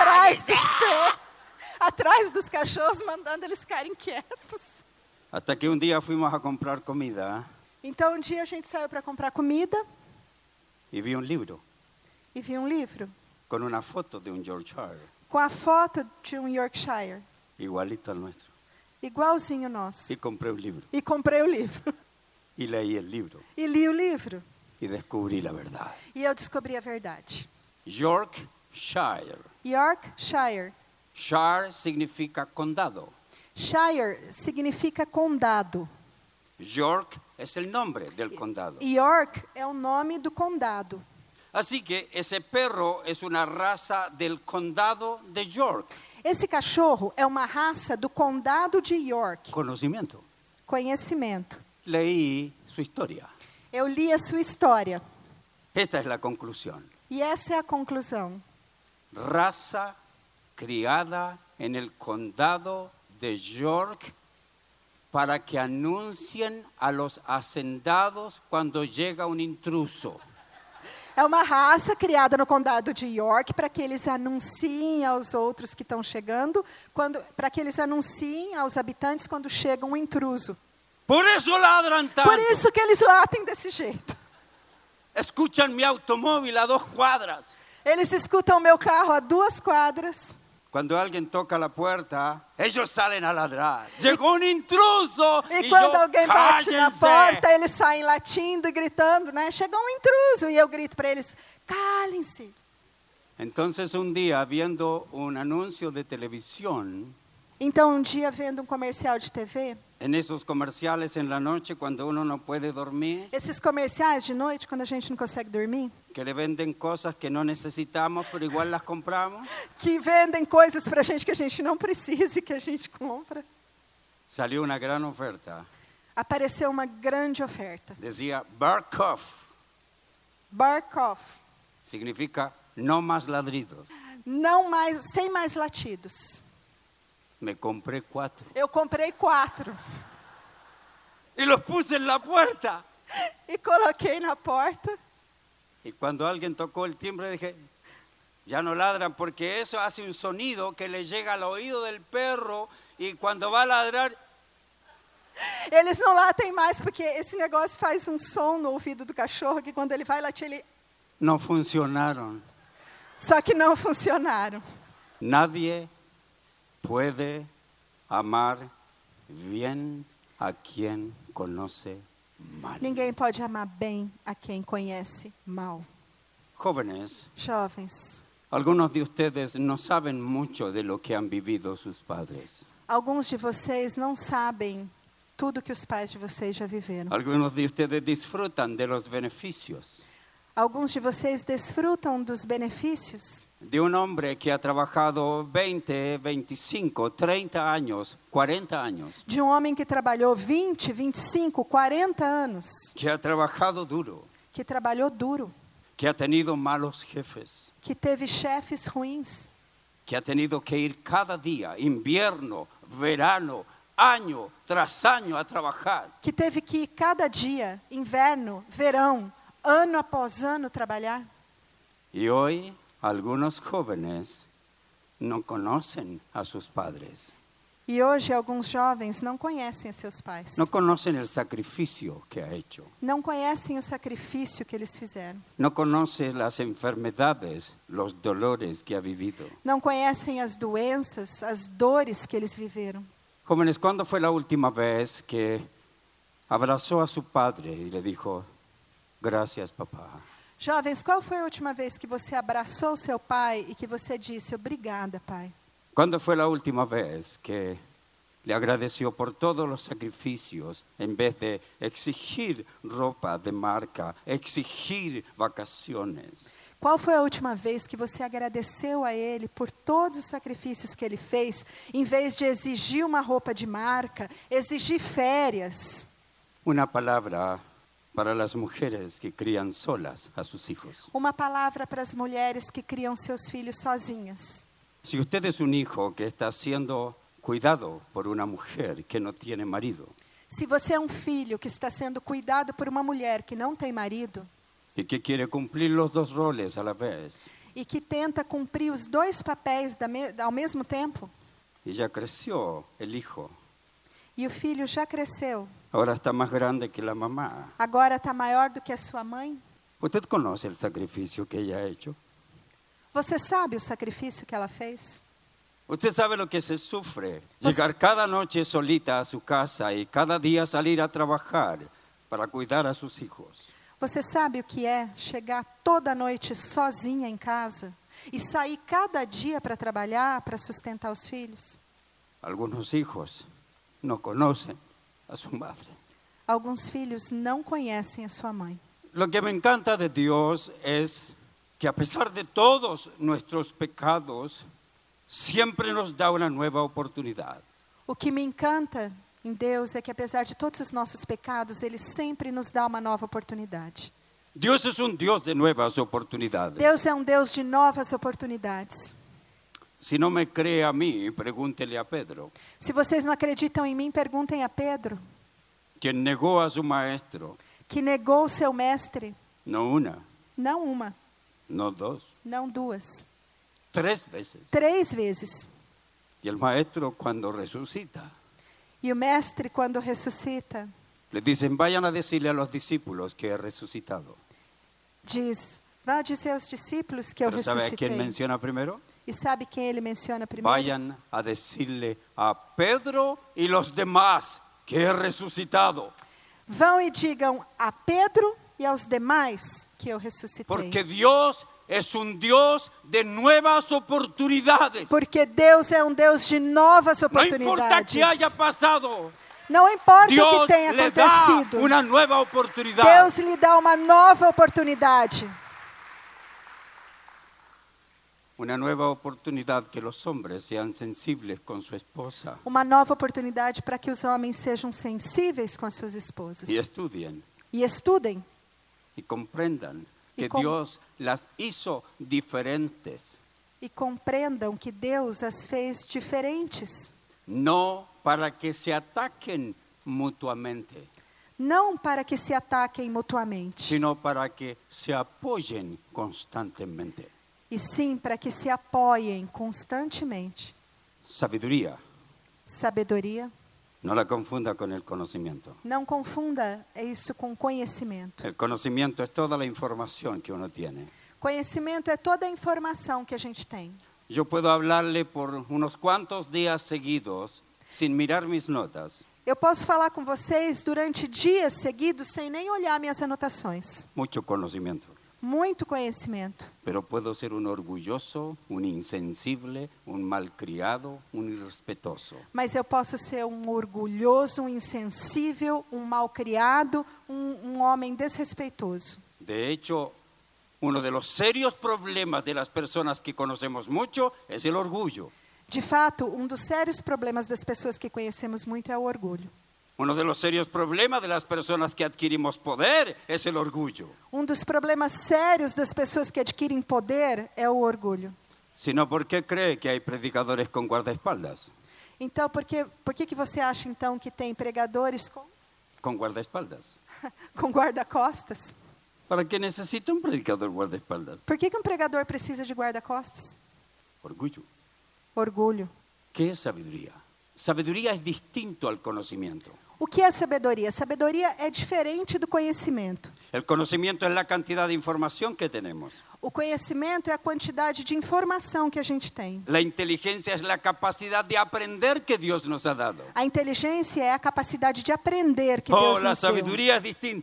Atrás dos cachorros, mandando eles ficarem quietos. Hasta que un día fuimos a comprar comida Então, um dia a gente saiu para comprar comida y vi un libro e viu um livro con una foto de un Yorkshire, com a foto de um Yorkshire, igualito al nuestro. igualzinho nosso. Y compré un libro E comprei o livro. y leí el libro E li o livro. y descubrí la verdad. E eu descobri a verdade. Yorkshire. Yorkshire. Shire significa condado. Shire significa condado. York es el nombre del condado. York é o nome do condado. Así que ese perro es una raza del condado de York. Esse cachorro é uma raça do condado de York. Conocimiento. Conhecimento. Leí su historia. Eu li a sua história. Esta es la conclusión. E essa é a conclusão. Raza criada en el condado de York para que anuncien a los hacendados cuando llega un intruso. É uma raça criada no condado de York para que eles anunciem aos outros que estão chegando, para que eles anunciem aos habitantes quando chega um intruso. Por eso ladran tanto. Por isso que eles latem desse jeito. Escuchan mi automóvil a 2 cuadras. Eles escutam o meu carro a 2 quadras. Cuando alguien toca la puerta, ellos salen a ladrar. Llegó un intruso. E Y quando yo, alguém bate na "Cállense". porta, eles saem latindo e gritando, né? Chegou um intruso. E eu grito para eles, calem-se. Entonces un día, viendo un anuncio de televisión, Então, um dia, vendo um comercial de TV, en esos comerciales en la noche cuando uno no puede dormir, esses comerciais de noite, quando a gente não consegue dormir, que le venden cosas que no necesitamos, pero igual las compramos, que vendem coisas para a gente que a gente não precisa e que a gente compra, salió una gran oferta. apareceu uma grande oferta. Decía, bark off, Bark off. significa no más ladridos. Não mais, sem mais latidos. Me compré 4 Eu comprei 4 y los puse en la puerta. e coloquei na porta. Y cuando alguien tocó el timbre dije, ya no ladran porque eso hace un sonido que le llega al oído del perro y cuando va a ladrar, Eles não latem mais porque esse negócio faz um som no ouvido do cachorro que quando ele vai latir, ele... no funcionaron. Só que não funcionaram. Nadie puede amar bien a quien conoce mal. Ninguém pode amar bem a quem conhece mal. Jóvenes, Jovens, algunos de ustedes no saben mucho de lo que han vivido sus padres. alguns de vocês não sabem tudo que os pais de vocês já viveram. Algunos de ustedes disfrutan de los beneficios Alguns de vocês desfrutam dos benefícios de un hombre que ha trabajado 20, 25, 30 años, 40 años, de um homem que trabalhou 20, 25, 40 anos, que ha trabajado duro, que trabalhou duro, que ha tenido malos jefes, que teve chefes ruins, que ha tenido que ir cada día, invierno, verano, año tras año a trabajar. que teve que ir cada dia, inverno, verão, ano após ano trabalhar. Y hoy algunos jóvenes no conocen a sus padres, E hoje alguns jovens não conhecem seus pais. no conocen el sacrificio que ha hecho, Não conhecem o sacrifício que eles fizeram. no conocen las enfermedades, los dolores que ha vivido. Não conhecem as doenças, as dores que eles viveram. Jóvenes, ¿cuándo fue la última vez que abrazó a su padre y le dijo, Gracias, papá. Jovens, qual foi a última vez que você abraçou seu pai e que você disse, obrigada, pai? ¿Cuándo fue la última vez que le agradeció por todos los sacrificios en vez de exigir ropa de marca, exigir vacaciones? Qual foi a última vez que você agradeceu a ele por todos os sacrifícios que ele fez, em vez de exigir uma roupa de marca, exigir férias? Una palabra para las mujeres que crían solas a sus hijos. Uma palavra para as mulheres que criam seus filhos sozinhas. Si usted es un hijo que está siendo cuidado por una mujer que no tiene marido Se você é um filho que está sendo cuidado por uma mulher que não tem marido y que quiere cumplir los dos roles a la vez, e que tenta cumprir os dois papéis ao mesmo tempo, y ya creció el hijo, e o filho já cresceu, ahora está más grande que la mamá. agora está maior do que a sua mãe, ¿Usted conoce el sacrificio que ella ha hecho? você sabe o sacrifício que ela fez? Usted sabe lo que se sufre, llegar cada noche solita a su casa y cada día salir a trabajar para cuidar a sus hijos. Você sabe o que é chegar toda noite sozinha em casa e sair cada dia para trabalhar, para sustentar os filhos? Algunos hijos no conocen a su madre. Alguns filhos não conhecem a sua mãe. Lo que me encanta de Dios es que a pesar de todos nuestros pecados, siempre nos da una nueva oportunidad. O que me encanta em Deus é que, apesar de todos os nossos pecados, Ele sempre nos dá uma nova oportunidade. Dios es un Dios de nuevas oportunidades. Deus é um Deus de novas oportunidades. Si no me cree a mí, pregúntele a Pedro, Se vocês não acreditam em mim, perguntem a Pedro, quien negó a su maestro, que negou o seu mestre, no una, não uma, no dos, não duas, 3 veces. 3 vezes. Y el maestro cuando resucita, E o mestre, quando ressuscita, le dicen, vayan a decirle a los discípulos que he resucitado. diz, vá dizer aos discípulos que eu Pero ¿sabe a quién ressuscitei. menciona primero? E sabe quem ele menciona primeiro? Vayan a decirle a Pedro y los demás que he resucitado. Vão e digam a Pedro e aos demais que eu ressuscitei. Porque Dios es un Dios de nuevas oportunidades. Porque Deus é um Deus de novas No importa oportunidades. que haya pasado, Não importa o que Dios tenha le da acontecido. una nueva oportunidad. Deus lhe dá uma nova oportunidade. Una nueva oportunidad que los hombres sean sensibles con su esposa Uma nova oportunidade para que os homens sejam sensíveis com as suas esposas. y estudien E estudem. y comprendan Y que com- Dios las hizo diferentes, E compreendam que Deus as fez diferentes. no para que se ataquen mutuamente, Não para que se ataquem mutuamente. sino para que se apoyen constantemente. E sim para que se apoiem constantemente. Sabiduría, Sabedoria. no la confunda con el conocimiento. Não confunda isso com conhecimento. El conocimiento es toda la información que uno tiene. Conhecimento é toda a informação que a gente tem. Yo puedo hablarle por unos cuantos días seguidos sin mirar mis notas, Eu posso falar com vocês durante dias seguidos sem nem olhar minhas anotações. mucho conocimiento. Muito conhecimento. Pero puedo ser un orgulloso, un insensible, un malcriado, un irrespetuoso. Mas eu posso ser um orgulhoso, um insensível, um malcriado, um homem desrespeitoso. De hecho, uno de los serios problemas de las personas que conocemos mucho es el orgullo. De fato, um dos sérios problemas das pessoas que conhecemos muito é o orgulho. Uno de los serios problemas de las personas que adquirimos poder es el orgullo. Um dos problemas sérios das pessoas que adquirem poder é o orgulho. Sino, ¿por qué cree que hay predicadores con guardaespaldas? Então, por que você acha então que tem pregadores Con guardaespaldas. com guarda-costas? ¿Para qué necesita un predicador guardaespaldas? Por que um pregador precisa de guarda-costas? Orgullo. Orgulho. ¿Qué es sabiduría? Sabiduría es distinto al conocimiento. O que é sabedoria? Sabedoria é diferente do conhecimento. El conocimiento es la cantidad de información que tenemos. O conhecimento é a quantidade de informação que a gente tem. La inteligencia es la capacidad de aprender que Dios nos ha dado. A inteligência é a capacidade de aprender que Oh, Deus la nos deu. sabiduría es distinta.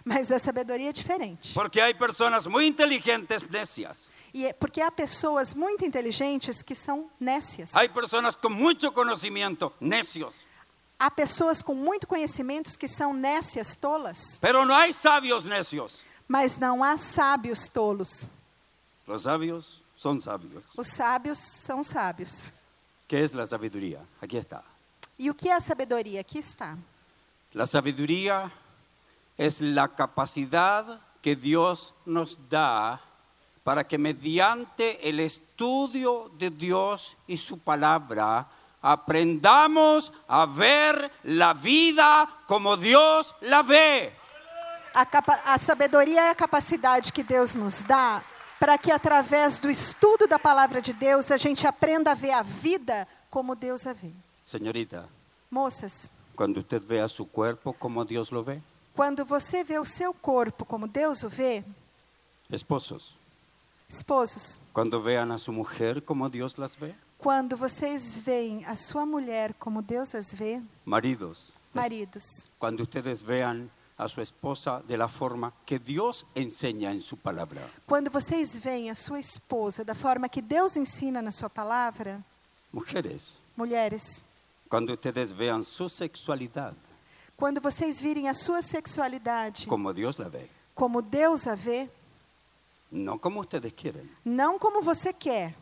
Mas a sabedoria é diferente. Porque hay personas muy inteligentes necias. E porque há pessoas muito inteligentes que são nécias. Hay personas con mucho conocimiento necios. Há pessoas com muito conhecimentos que são nécias, tolas. Pero no hay sabios necios. Mas não há sábios tolos. Los sabios son sabios. Os sábios são sábios. ¿Qué es la sabiduría? Aquí está. E o que é a sabedoria? Aqui está. La sabiduría es la capacidad que Dios nos da para que mediante el estudio de Dios y su palabra aprendamos a ver la vida como Dios la ve. A sabedoria é a capacidade que Deus nos dá para que através do estudo da palavra de Deus a gente aprenda a ver a vida como Deus a vê. Señorita, Moças, cuando usted vea su cuerpo como Dios lo ve, quando você vê o seu corpo como Deus o vê, esposos, esposos, cuando vean a su mujer como Dios las ve, quando vocês veem a sua mulher como Deus as vê, maridos, maridos, cuando ustedes vean a su esposa de la forma que Dios enseña en su palabra, quando vocês veem a sua esposa da forma que Deus ensina na sua palavra, mujeres, mulheres, cuando ustedes vean su sexualidad quando vocês virem a sua sexualidade como Dios la ve, como Deus a vê, no como ustedes quieren, não como você quer,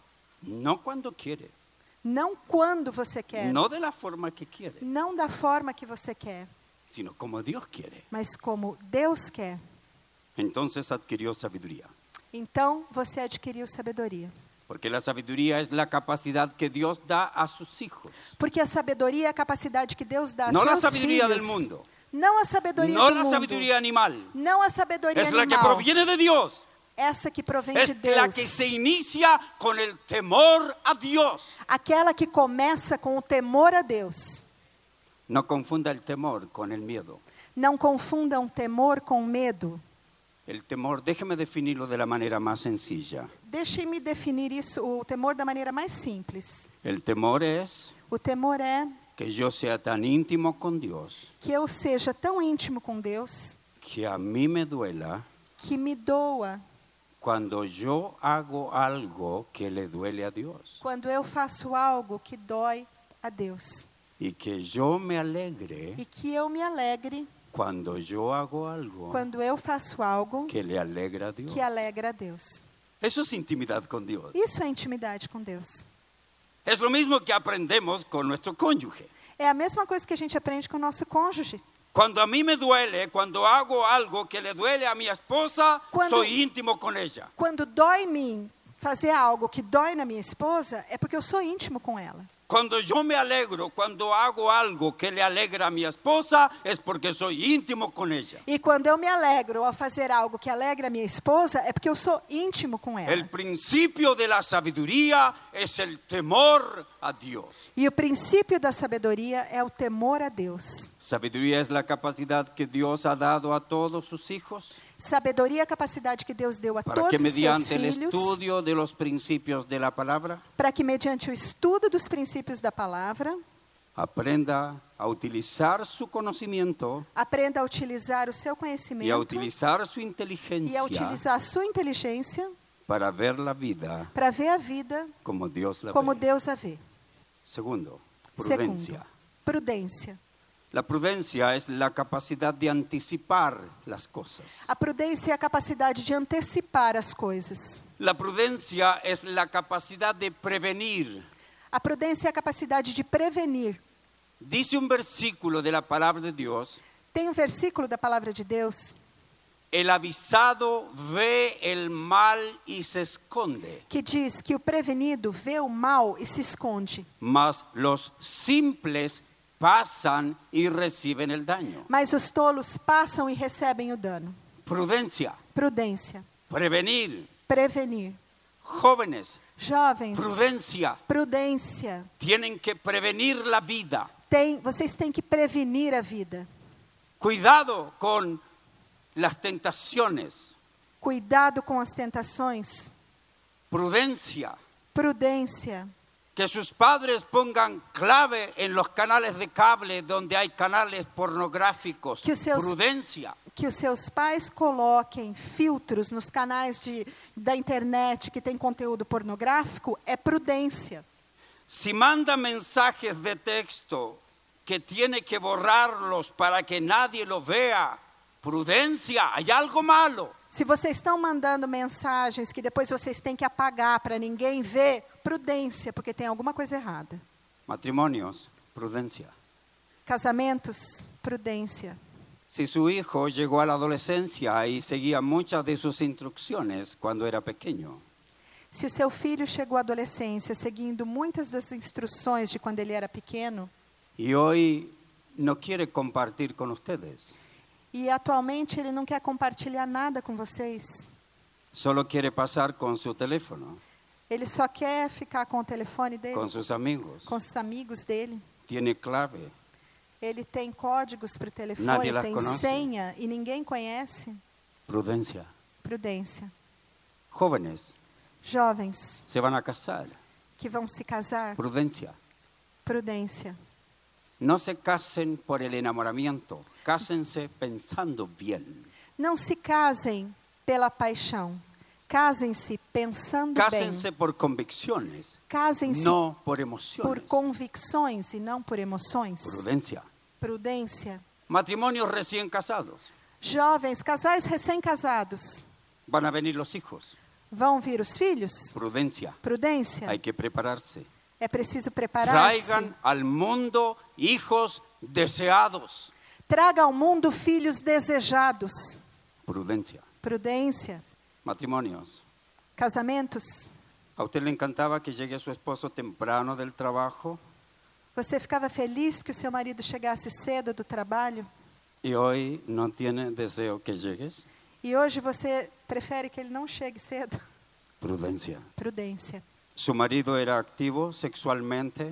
no cuando quiere, não quando você quer, no de la forma que quiere, não da forma que você quer, sino como Dios quiere, mas como Deus quer. entonces adquirió sabiduría. Então você adquiriu sabedoria. Porque la sabiduría es la capacidad que Dios da a sus hijos. Porque a sabedoria é a capacidade que Deus dá a No la seus sabiduría filhos. del mundo. Não a sabedoria No do la mundo. sabiduría animal. Não a sabedoria Es la que animal. proviene de Dios. Essa que provém de Es la Deus. que se inicia con el temor a Dios. Aquela que começa com o temor a Deus. No confunda el temor con el miedo. Não confundam temor com medo. El temor, déjeme definirlo de la manera más sencilla. Deixe-me definir isso, o temor da maneira mais simples. El temor es O temor é que yo sea tan íntimo con Dios que eu seja tão íntimo com Deus que a mí me duela que me doa cuando yo hago algo que le duele a Dios. quando eu faço algo que dói a Deus. Y que yo me alegre E que eu me alegre cuando yo hago algo quando eu faço algo que le alegra a Dios. que alegra a Deus. Eso es intimidad con Dios. Isso é intimidade com Deus. Es lo mismo que aprendemos con nuestro cónyuge. É a mesma coisa que a gente aprende com o nosso cônjuge. Cuando a mí me duele, cuando hago algo que le duele a mi esposa, Cuando- soy íntimo con ella. Quando dói em mim fazer algo que dói na minha esposa, é porque eu sou íntimo com ela. Cuando yo me alegro, cuando hago algo que le alegra a mi esposa, es porque soy íntimo con ella. E quando eu me alegro ao fazer algo que alegra a minha esposa, é porque eu sou íntimo com ela. El principio de la sabiduría es el temor a Dios. E o princípio da sabedoria é o temor a Deus. Sabiduría es la capacidad que Dios ha dado a todos sus hijos Sabedoria é a capacidade que Deus deu a para todos que os seus mediante el filhos, estudio de los principios de la palabra para que mediante o estudo dos princípios da palavra, aprenda a utilizar su conocimiento aprenda a utilizar o seu y a conhecimento utilizar su e inteligencia a utilizar a sua inteligência para ver la vida para ver a vida como Dios la como ve. Deus a vê. Segundo, Segundo, prudencia. prudência. La prudencia es la capacidad de anticipar las cosas. A prudência é a capacidade de antecipar as coisas. La prudencia es la capacidad de prevenir. A prudência é a capacidade de prevenir. Dice un versículo de la palabra de Dios: Tem um versículo da palavra de Deus el avisado ve el mal y se esconde, que diz que o prevenido vê o mal e se esconde, mas los simples pasan y reciben el daño. mas os tolos passam e recebem o dano. Prudencia, Prudência, prevenir. prevenir. Jóvenes, Jovens, prudencia. prudência. Tienen que prevenir la vida. Vocês têm que prevenir a vida. Cuidado con las tentaciones. Cuidado com as tentações. Prudencia. Prudência. Que sus padres pongan clave en los canales de cable donde hay canales pornográficos. Que seus- Prudencia. que os seus pais coloquem filtros nos canais da internet que tem conteúdo pornográfico é prudência. Si manda mensajes de texto que tiene que borrarlos para que nadie lo vea, prudencia, hay algo malo. Se vocês estão mandando mensagens que depois vocês têm que apagar para ninguém ver, prudência, porque tem alguma coisa errada. Matrimonios, prudencia. Casamentos, prudência. Si su hijo llegó a la adolescencia y seguía muchas de sus instrucciones cuando era pequeño, Se o seu filho chegou à adolescência seguindo muitas das instruções de quando ele era pequeno, y hoy no quiere compartir con ustedes, e atualmente ele não quer compartilhar nada com vocês, solo quiere pasar con su teléfono, ele só quer ficar com o telefone dele, con sus amigos, com os amigos dele, tiene clave, ele tem códigos para o telefone, Nadie las tem conoce. senha e ninguém conhece, prudencia. prudência. Jóvenes Jovens se van a casar, que vão se casar, prudencia. prudência. No se casen por el enamoramiento, cásense pensando bien. Não se casem pela paixão, casem-se pensando Cásense bem, por convicciones, casem-se no por por emociones. convicções e não por emoções. Prudencia. Prudência. Matrimonios recién casados, Jovens, casais recém-casados, van a venir los hijos. vão vir os filhos? Prudencia. Prudência. Hay que prepararse. É preciso preparar-se. Traigan al mundo hijos deseados. Traga ao mundo filhos desejados. Prudencia. Prudência. Matrimonios. Casamentos. ¿A usted le encantaba que llegue su esposo temprano del trabajo Você ficava feliz que o seu marido chegasse cedo do trabalho? y hoy no tiene deseo que llegues? E hoje você prefere que ele não chegue cedo? Prudencia. Prudência. Su marido era activo sexualmente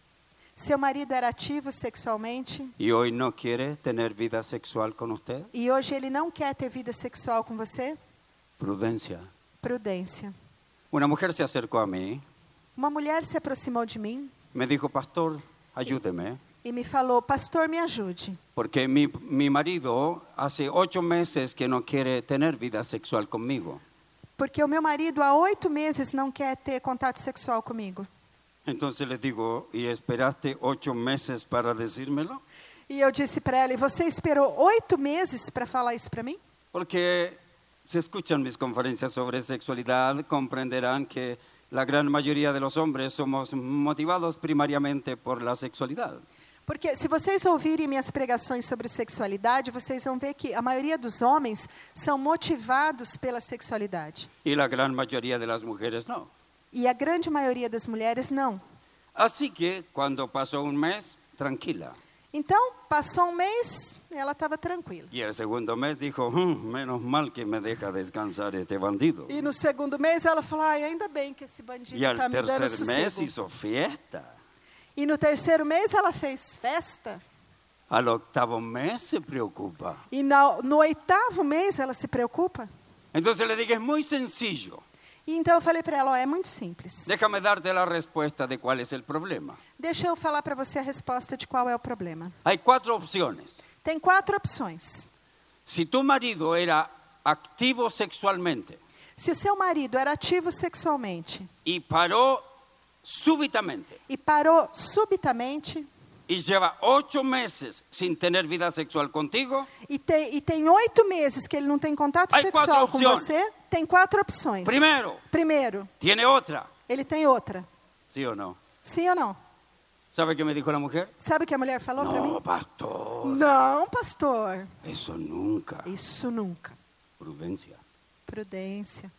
Seu marido era ativo sexualmente y hoy no quiere tener vida sexual con usted. e hoje ele não quer ter vida sexual com você? Prudencia. Prudência. Una mujer se acercó a mí, Uma mulher se aproximou de mim me dijo, pastor, ayúdeme, e me falou, pastor, me ajude. porque mi marido hace 8 meses que no quiere tener vida sexual conmigo. Porque o meu marido há 8 meses não quer ter contato sexual comigo. Entonces le digo, ¿y esperaste 8 meses para decírmelo? E eu disse para ela, e você esperou 8 meses para falar isso para mim? Porque si escuchan mis conferencias sobre sexualidad, comprenderán que la gran mayoría de los hombres somos motivados primariamente por la sexualidad. Porque se vocês ouvirem minhas pregações sobre sexualidade, vocês vão ver que a maioria dos homens são motivados pela sexualidade. Y la gran mayoría de las mujeres no. E a grande maioria das mulheres não. Así que cuando pasó un mes, tranquila. Então, passou um mês, ela estava tranquila. Y el segundo mes dijo, menos mal que me deja descansar este bandido. E no segundo mês ela falou, ai, ainda bem que esse bandido Y al está me dando tercer mes sossego. hizo fiesta. E no terceiro mês ela fez festa. Al octavo mes se preocupa. E no 8º mês ela se preocupa. Entonces le dije, es muy sencillo. E então eu falei para ela, ó, é muito simples. Déjame darte la respuesta de cuál es el problema. Deixa eu falar para você a resposta de qual é o problema. Hay 4 opciones. Tem 4 opções. Si tu marido era activo sexualmente Se o seu marido era ativo sexualmente y paró súbitamente e parou subitamente y lleva 8 meses sin tener vida sexual contigo, e tem 8 meses que ele não tem contato Hay sexual 4 com opções. você, tem 4 opções. Primeiro, tiene otra, ele tem outra. ¿sí o no? Sim ou não? ¿Sabe qué me dijo la mujer? Sabe o que a mulher falou para mim? No, pastor, Não, pastor. eso nunca. Isso nunca. Prudencia. Prudência.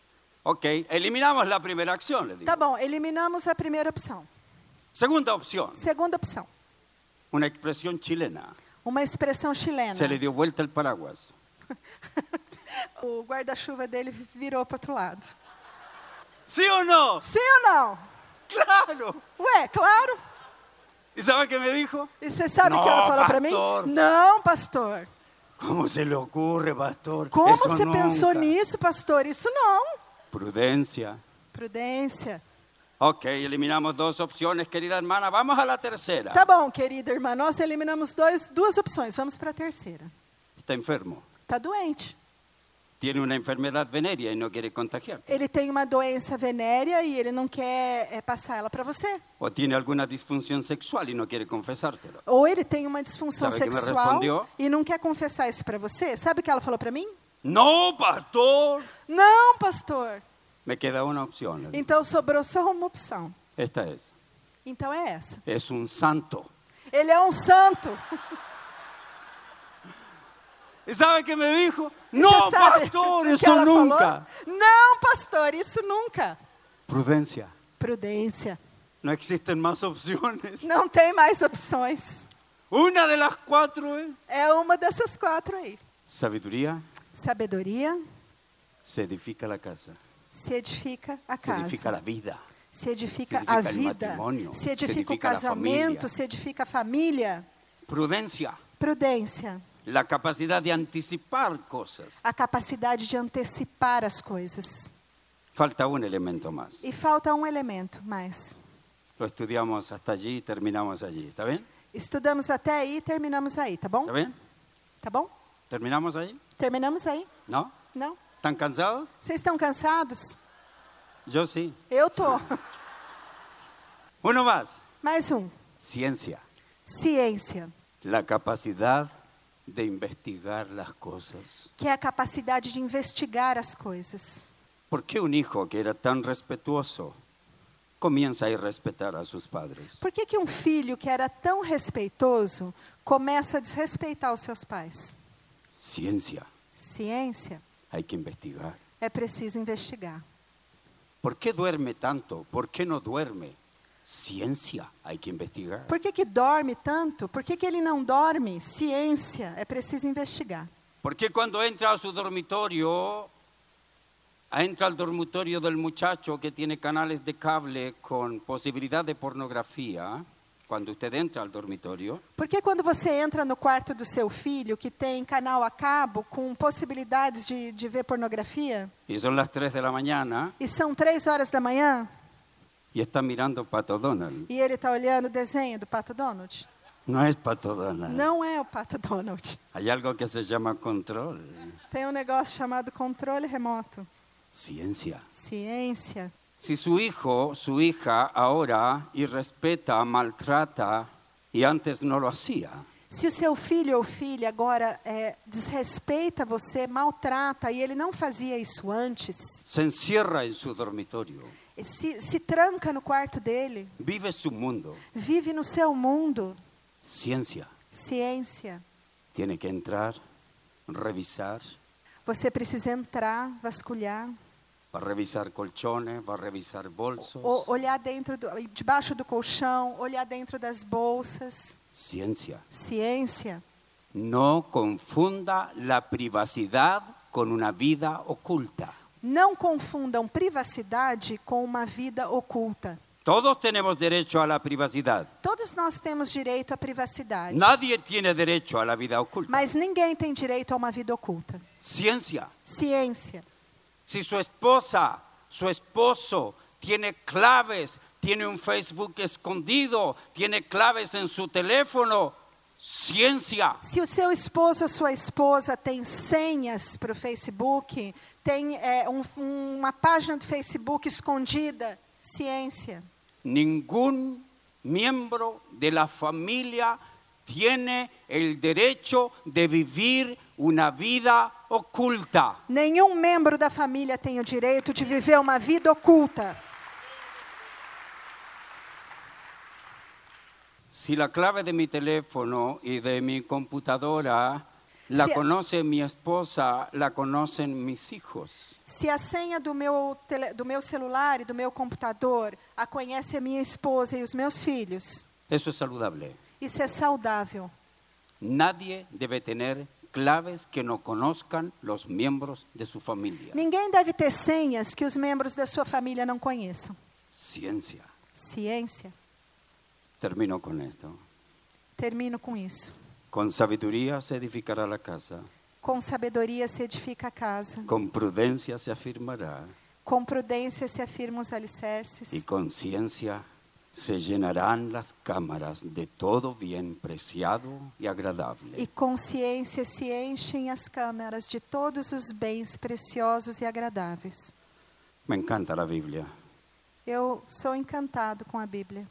Ok, eliminamos la primera acción, le digo. Tá bom, eliminamos a primeira opção. Segunda opción, Segunda opção. una expresión chilena. Uma expressão chilena. Se le dio vuelta el paraguas. O guarda-chuva dele virou para outro lado. ¿Sí o no? Sim ou não? Claro. Ué, claro. ¿Y sabe qué me dijo? E você sabe o que Não, ela falou para mim? pastor. Não, pastor. ¿Cómo se le ocurre, pastor? Como Eso você nunca. pensou nisso, pastor? Isso não. Prudencia. Prudência. Ok, eliminamos 2 opciones, querida hermana. Vamos a la tercera. Tá bom, querida irmã. Nós eliminamos duas opções. Vamos para a terceira. Está enfermo. Está doente. Tiene una enfermedad venérea y no quiere contagiarte. Ele tem uma doença venérea e ele não quer passar ela para você. O tiene alguna disfunción sexual y no quiere confesártelo. Ou ele tem uma disfunção Sabe que me sexual respondeu? e não quer confessar isso para você. Sabe o que ela falou para mim? No, pastor. Não, pastor. Me queda una opción. Então sobrou só uma opção. Esta es. Então é essa. Es un santo. Ele é um santo. ¿Y sabe qué me dijo? E No, você sabe pastor, o que eso ela nunca. falou? Não, pastor, isso nunca. Prudencia. Prudência. No existen más opciones. Não tem mais opções. Una de las 4 es É uma dessas 4 aí. sabiduría. Sabedoria, Se edifica la casa. se edifica a Se edifica la casa. vida. Se edifica se a edifica el vida. matrimonio, Se se edifica o edifica la casamento, familia. se edifica a família. Prudencia. Prudência. La capacidad de anticipar cosas. A capacidade de antecipar as coisas. Falta un elemento más. E falta um elemento mais. Lo estudiamos hasta allí y terminamos allí. ¿Está bien? Estudamos até aí e terminamos aí, tá bom? ¿Está bien? Tá bom? ¿Terminamos allí? Terminamos aí? ¿No? Não? ¿Están cansados? Vocês estão cansados? Yo sí. Eu tô. Uno más. Mais um. Ciencia. Ciência, La capacidad de investigar las cosas. que é a capacidade de investigar as coisas. ¿Por qué un hijo que era tan respetuoso comienza a irrespetar a sus padres? Por que um filho que era tão respeitoso começa a desrespeitar os seus pais? Ciencia. Ciência, Hay que investigar. é preciso investigar. ¿Por qué duerme tanto? ¿Por qué no duerme? Ciencia. Hay que investigar. Por que dorme tanto? Por que ele não dorme? Ciência, é preciso investigar. ¿Por qué cuando entra a su dormitorio, entra al dormitorio del muchacho que tiene canales de cable con posibilidad de pornografía? Cuando usted entra al dormitorio, Por que quando você entra no quarto do seu filho, que tem canal a cabo com possibilidades de ver pornografia, y son las 3 de la mañana, e são 3 horas da manhã, y está mirando Pato Donald? e ele está olhando o desenho do Pato Donald? No es Pato Donald. Não é o Pato Donald. Hay algo que se llama control. Tem um negócio chamado controle remoto. Ciencia. Ciência. Si su hijo, su hija ahora irrespeta, maltrata y antes no lo hacía, Se o seu filho ou filha agora desrespeita você, maltrata, e ele não fazia isso antes, se encierra en su dormitorio, se tranca no quarto dele, vive su mundo. vive no seu mundo, Ciencia. ciência. Tiene que entrar, revisar, Você precisa entrar, vasculhar, va a revisar colchones, va a revisar bolsos. olhar debaixo do colchão, olhar dentro das bolsas. Ciencia. Ciência. No confunda la privacidad con una vida oculta. Não confundam privacidade com uma vida oculta. Todos tenemos derecho a la privacidad. Todos nós temos direito à privacidade. Nadie tiene derecho a la vida oculta. Mas ninguém tem direito a uma vida oculta. Ciencia. Ciência. Si su esposa, su esposo tiene claves, tiene un Facebook escondido, tiene claves en su teléfono, ciencia. Se o seu esposo ou sua esposa tem senhas para o Facebook, tem uma página do Facebook escondida, ciência. Ningún miembro de la familia tiene el derecho de vivir una vida oculta. Nenhum membro da família tem o direito de viver uma vida oculta. Si la clave de mi teléfono y de mi computadora la conoce mi esposa, la conocen mis hijos. Se a senha do meu celular e do meu computador a conhece a minha esposa e os meus filhos, Eso es saludable. isso é saudável. Nadie debe tener claves que no conozcan los miembros de su familia. Ninguém deve ter senhas que os membros da sua família não conheçam. Ciencia. Ciência. Termino con esto. Termino com isso. Con sabiduría se edificará la casa, Com sabedoria se edifica a casa. con prudencia se afirmará Com prudência se afirmam os alicerces. y con ciencia se llenarán las cámaras de todo bien preciado y agradable. E consciência se enchem as câmaras de todos os bens preciosos e agradáveis. Me encanta la Biblia. Eu sou encantado com a Bíblia,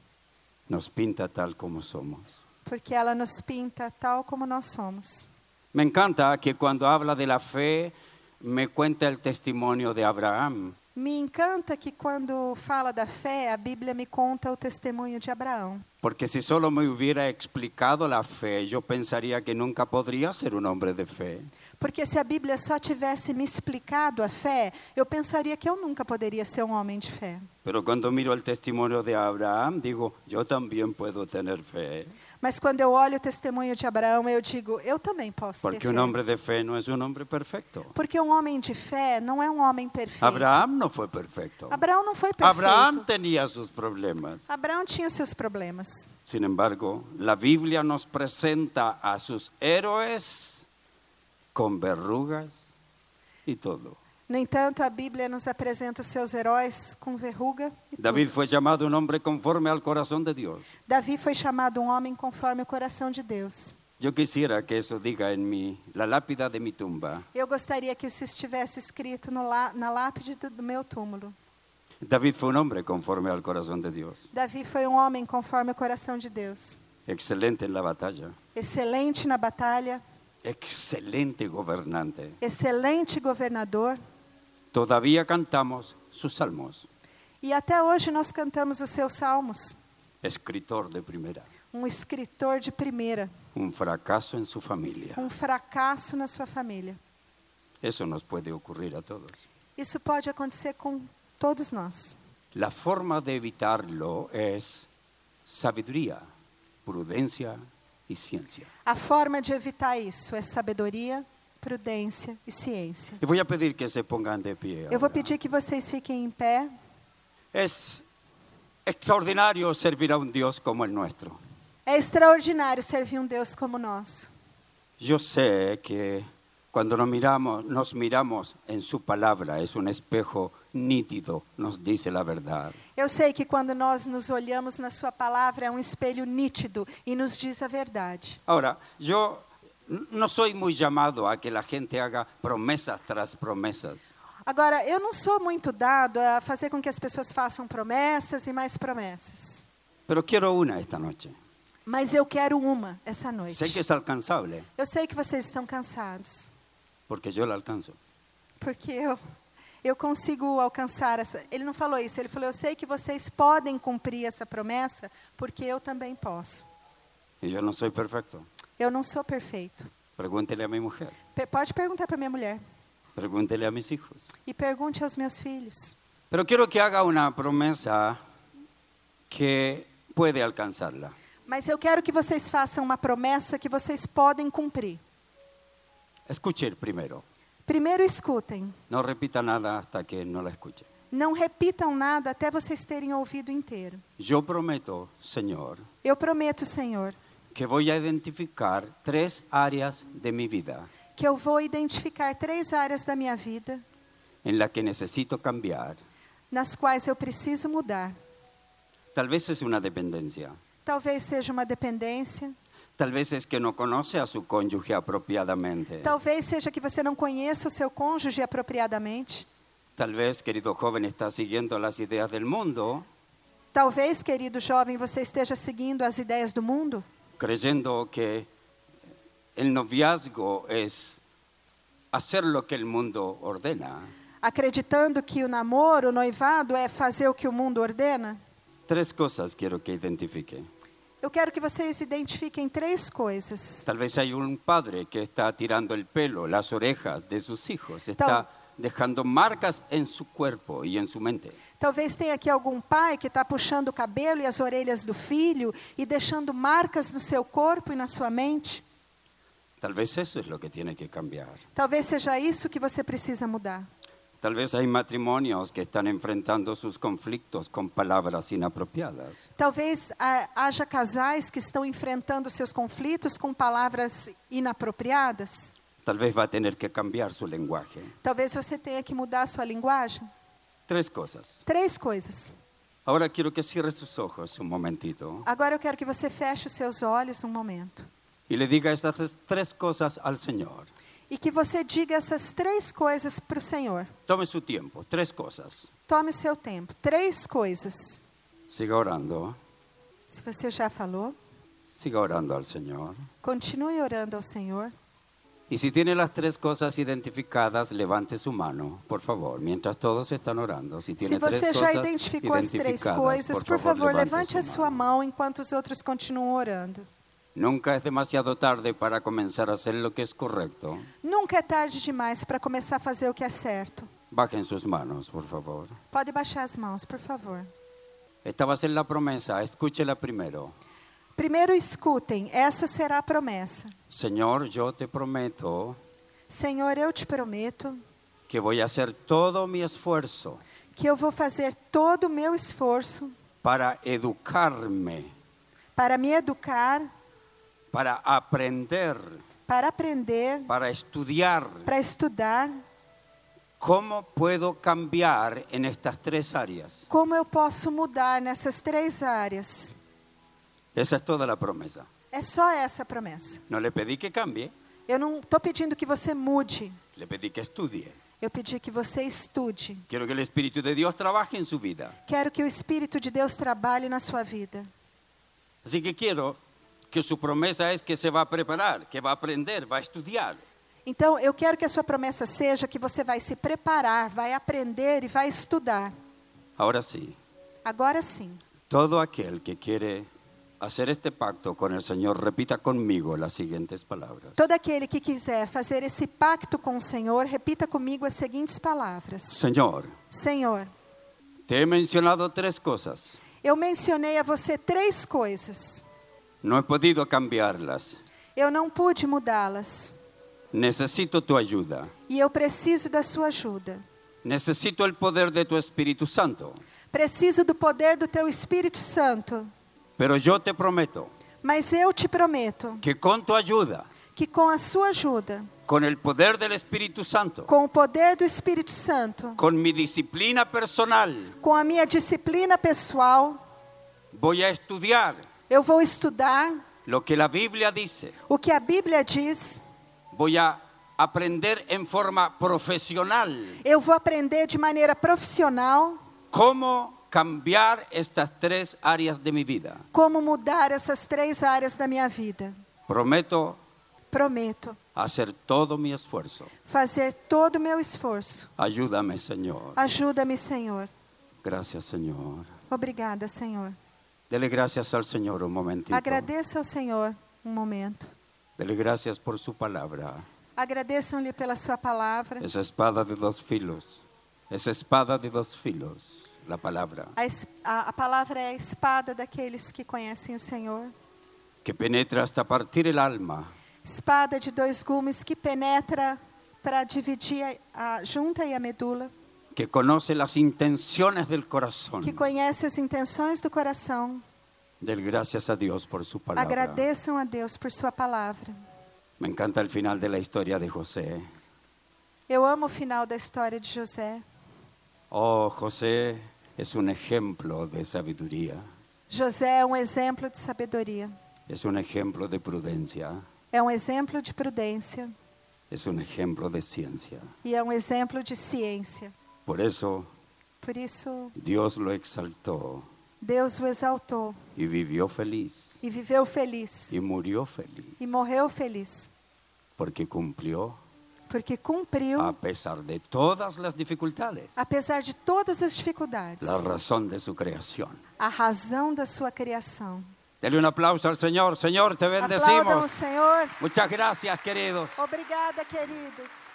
Nos pinta tal como somos. porque ela nos pinta tal como nós somos. Me encanta que cuando habla de la fe, me cuenta el testimonio de Abraham. Me encanta que quando fala da fé, a Bíblia me conta o testemunho de Abraão. Porque si solo me hubiera explicado la fe, yo pensaría que nunca podría ser un hombre de fe. Porque se a Bíblia só tivesse me explicado a fé, eu pensaria que eu nunca poderia ser um homem de fé. Pero cuando miro el testimonio de Abraham, digo, yo también puedo tener fe. Mas quando eu olho o testemunho de Abraão, eu digo, eu também posso ter Porque fé. un hombre de fe no es un hombre perfecto. Porque um homem de fé não é um homem perfeito. Abraham no fue perfecto. Abraão não foi perfeito. Abraham tenía sus problemas. Abraão tinha os seus problemas. Sin embargo, la Biblia nos presenta a sus héroes con verrugas y todo. No entanto, a Bíblia nos apresenta os seus heróis com verruga e David tudo. fue llamado un hombre conforme al corazón de Dios. Davi foi chamado um homem conforme o coração de Deus. Yo quisiera que eso diga en la lápida de mi tumba. Eu gostaria que isso estivesse escrito na lápide do meu túmulo. David fue un hombre conforme al corazón de Dios. Davi foi um homem conforme o coração de Deus. Excelente en la batalla. Excelente na batalha, Excelente gobernante. excelente governador. Todavía cantamos sus salmos. E até hoje nós cantamos os seus salmos. Escritor de primera. Um escritor de primeira, Un fracaso en su familia. um fracasso na sua família. Eso nos puede ocurrir a todos. Isso pode acontecer com todos nós. La forma de evitarlo es sabiduría, prudencia y ciencia. A forma de evitar isso é sabedoria, prudência e ciência. Y voy a pedir que se pongan de pie. Eu vou ahora. pedir que vocês fiquem em pé. Es extraordinario servir a un Dios como el nuestro. É extraordinário servir um Deus como o nosso. Yo sé que cuando nos miramos en su palabra, es un espejo nítido, nos dice la verdad. Eu sei que quando nós nos olhamos na sua palavra é um espelho nítido e nos diz a verdade. Ahora, yo no soy muy llamado a que la gente haga promesas tras promesas. Agora, eu não sou muito dado a fazer com que as pessoas façam promessas e mais promessas. Pero quiero una esta noche. Mas eu quero uma essa noite. Sé que es alcanzable, Eu sei que vocês estão cansados, porque yo la alcanzo. porque eu consigo alcançar essa... Ele não falou isso, ele falou, eu sei que vocês podem cumprir essa promessa, porque eu também posso. Y yo no soy perfecto. Eu não sou perfeito. Pregúntele a mi mujer, Pode perguntar para minha mulher. pregúntele a mis hijos. E pergunte aos meus filhos. Pero quiero que haga una promesa que puede alcanzarla. Mas eu quero que vocês façam uma promessa que vocês podem cumprir. Escuche primero. Primeiro escutem. No repita nada hasta que no la escuche. Não repitam nada até vocês terem ouvido inteiro. Yo prometo, Señor, Eu prometo, Senhor, que voy a identificar 3 áreas de mi vida que eu vou identificar 3 áreas da minha vida en las que necesito cambiar. nas quais eu preciso mudar. Tal vez es una dependencia. Talvez seja uma dependência. Tal vez es que no conoce a su cónyuge apropiadamente. Talvez seja que você não conheça o seu cônjuge apropriadamente. Tal vez, querido joven, está siguiendo las ideas del mundo, Talvez, querido jovem, você esteja seguindo as ideias do mundo, creyendo que el noviazgo es hacer lo que el mundo ordena. acreditando que o namoro, o noivado, é fazer o que o mundo ordena. 3 cosas quiero que identifique. Eu quero que vocês identifiquem 3 coisas. Tal vez hay un padre que está tirando el pelo, las orejas de sus hijos, está dejando marcas en su cuerpo y en su mente. Talvez tenha aqui algum pai que está puxando o cabelo e as orelhas do filho e deixando marcas no seu corpo e na sua mente. Tal vez eso es lo que tiene que cambiar. Talvez seja isso que você precisa mudar. Tal vez hay matrimonios que están enfrentando sus conflictos con palabras inapropiadas. Talvez haja casais que estão enfrentando seus conflitos com palavras inapropriadas. Tal vez va a tener que cambiar su lenguaje. Talvez você tenha que mudar a sua linguagem. 3 cosas. 3 coisas. Ahora quiero que cierre sus ojos un momentito Agora eu quero que você feche os seus olhos um momento. y le diga estas tres cosas al Señor. E que você diga essas 3 coisas para o Senhor. Tome su tiempo, 3 cosas. Tome o seu tempo. 3 coisas. Siga orando, Se você já falou, siga orando al Señor. continue orando ao Senhor. Y si tiene las 3 cosas identificadas, levante su mano, por favor, mientras todos están orando. Si tiene Se você 3 já cosas identificou as 3 identificadas, coisas, por favor, levante a su sua mano. mão enquanto os outros continuam orando. Nunca es demasiado tarde para comenzar a hacer lo que es correcto. Nunca é tarde demais para começar a fazer o que é certo. Bajen sus manos, por favor. Pode baixar as mãos, por favor. Esta va a ser la promesa, escúchela primero. Primeiro escutem, essa será a promessa. Señor, yo te prometo Senhor, eu te prometo que voy a hacer todo mi esfuerzo que eu vou fazer todo o meu esforço para educarme, para me educar, para aprender, para aprender, para estudiar. para estudar. ¿Cómo puedo cambiar en estas 3 áreas? Como eu posso mudar nessas 3 áreas? Esa es toda la promesa. É só essa a promessa. No le pedí que cambie, Eu não estou pedindo que você mude. le pedí que estudie. Eu pedi que você estude. Quiero que el Espíritu de Dios trabaje en su vida. Quero que o Espírito de Deus trabalhe na sua vida. Así que quiero que su promesa es que se va a preparar, que va a aprender, va a estudiar. Então, eu quero que a sua promessa seja que você vai se preparar, vai aprender e vai estudar. Ahora sí, Agora sim. todo aquel que quiere hacer este pacto con el Señor, repita conmigo las siguientes palabras. Todo aquele que quiser fazer esse pacto com o Senhor, repita comigo as seguintes palavras. Señor, Senhor, te he mencionado 3 cosas. eu mencionei a você 3 coisas. No he podido cambiarlas. Eu não pude mudá-las. Necesito tu ayuda. E eu preciso da sua ajuda. Necesito el poder de tu Espíritu Santo. Preciso do poder do teu Espírito Santo. Pero yo te prometo Mas eu te prometo que con tu ayuda, que com a sua ajuda, con el poder del Espíritu Santo, com o poder do Espírito Santo, con mi disciplina personal, com a minha disciplina pessoal, voy a estudiar eu vou estudar lo que la Biblia dice. o que a Bíblia diz. Voy a aprender en forma profesional Eu vou aprender de maneira profissional cómo cambiar estas 3 áreas de mi vida. como mudar essas 3 áreas da minha vida. Prometo Prometo hacer todo mi esfuerzo. fazer todo o meu esforço. Ayúdame, Señor. Ajuda-me, Senhor. Gracias, Señor. Obrigada, Senhor. Dele gracias al Señor un momentito. Agradeça ao Senhor um momento. Dele gracias por su palabra. Agradeçam-lhe pela sua palavra. Esa espada de 2 filos. Esa espada de 2 filos. La palabra. A palavra é a espada daqueles que conhecem o Senhor. Que penetra hasta partir el alma. Espada de 2 gumes que penetra para dividir a junta e a medula. Que conoce las intenciones del corazón. Que conhece as intenções do coração. Del gracias a Dios por su palabra. Agradeçam a Deus por sua palavra. Me encanta el final de la historia de José. Eu amo o final da história de José. Oh, José es un ejemplo de sabiduría. José é um exemplo de sabedoria. Es un ejemplo de prudencia. É um exemplo de prudência. Es un ejemplo de ciencia. E é um exemplo de ciência. Por eso Por isso, Dios lo exaltó Deus o exaltou y vivió feliz e viveu feliz y murió feliz e morreu feliz, porque cumplió porque cumpriu, a pesar de todas las dificultades apesar de todas as dificuldades, la razón de su creación. a razão da sua criação. Dele un aplauso al Señor. Señor, te Aplaudam o bendecimos. Senhor. Muchas gracias, queridos. Obrigada, queridos.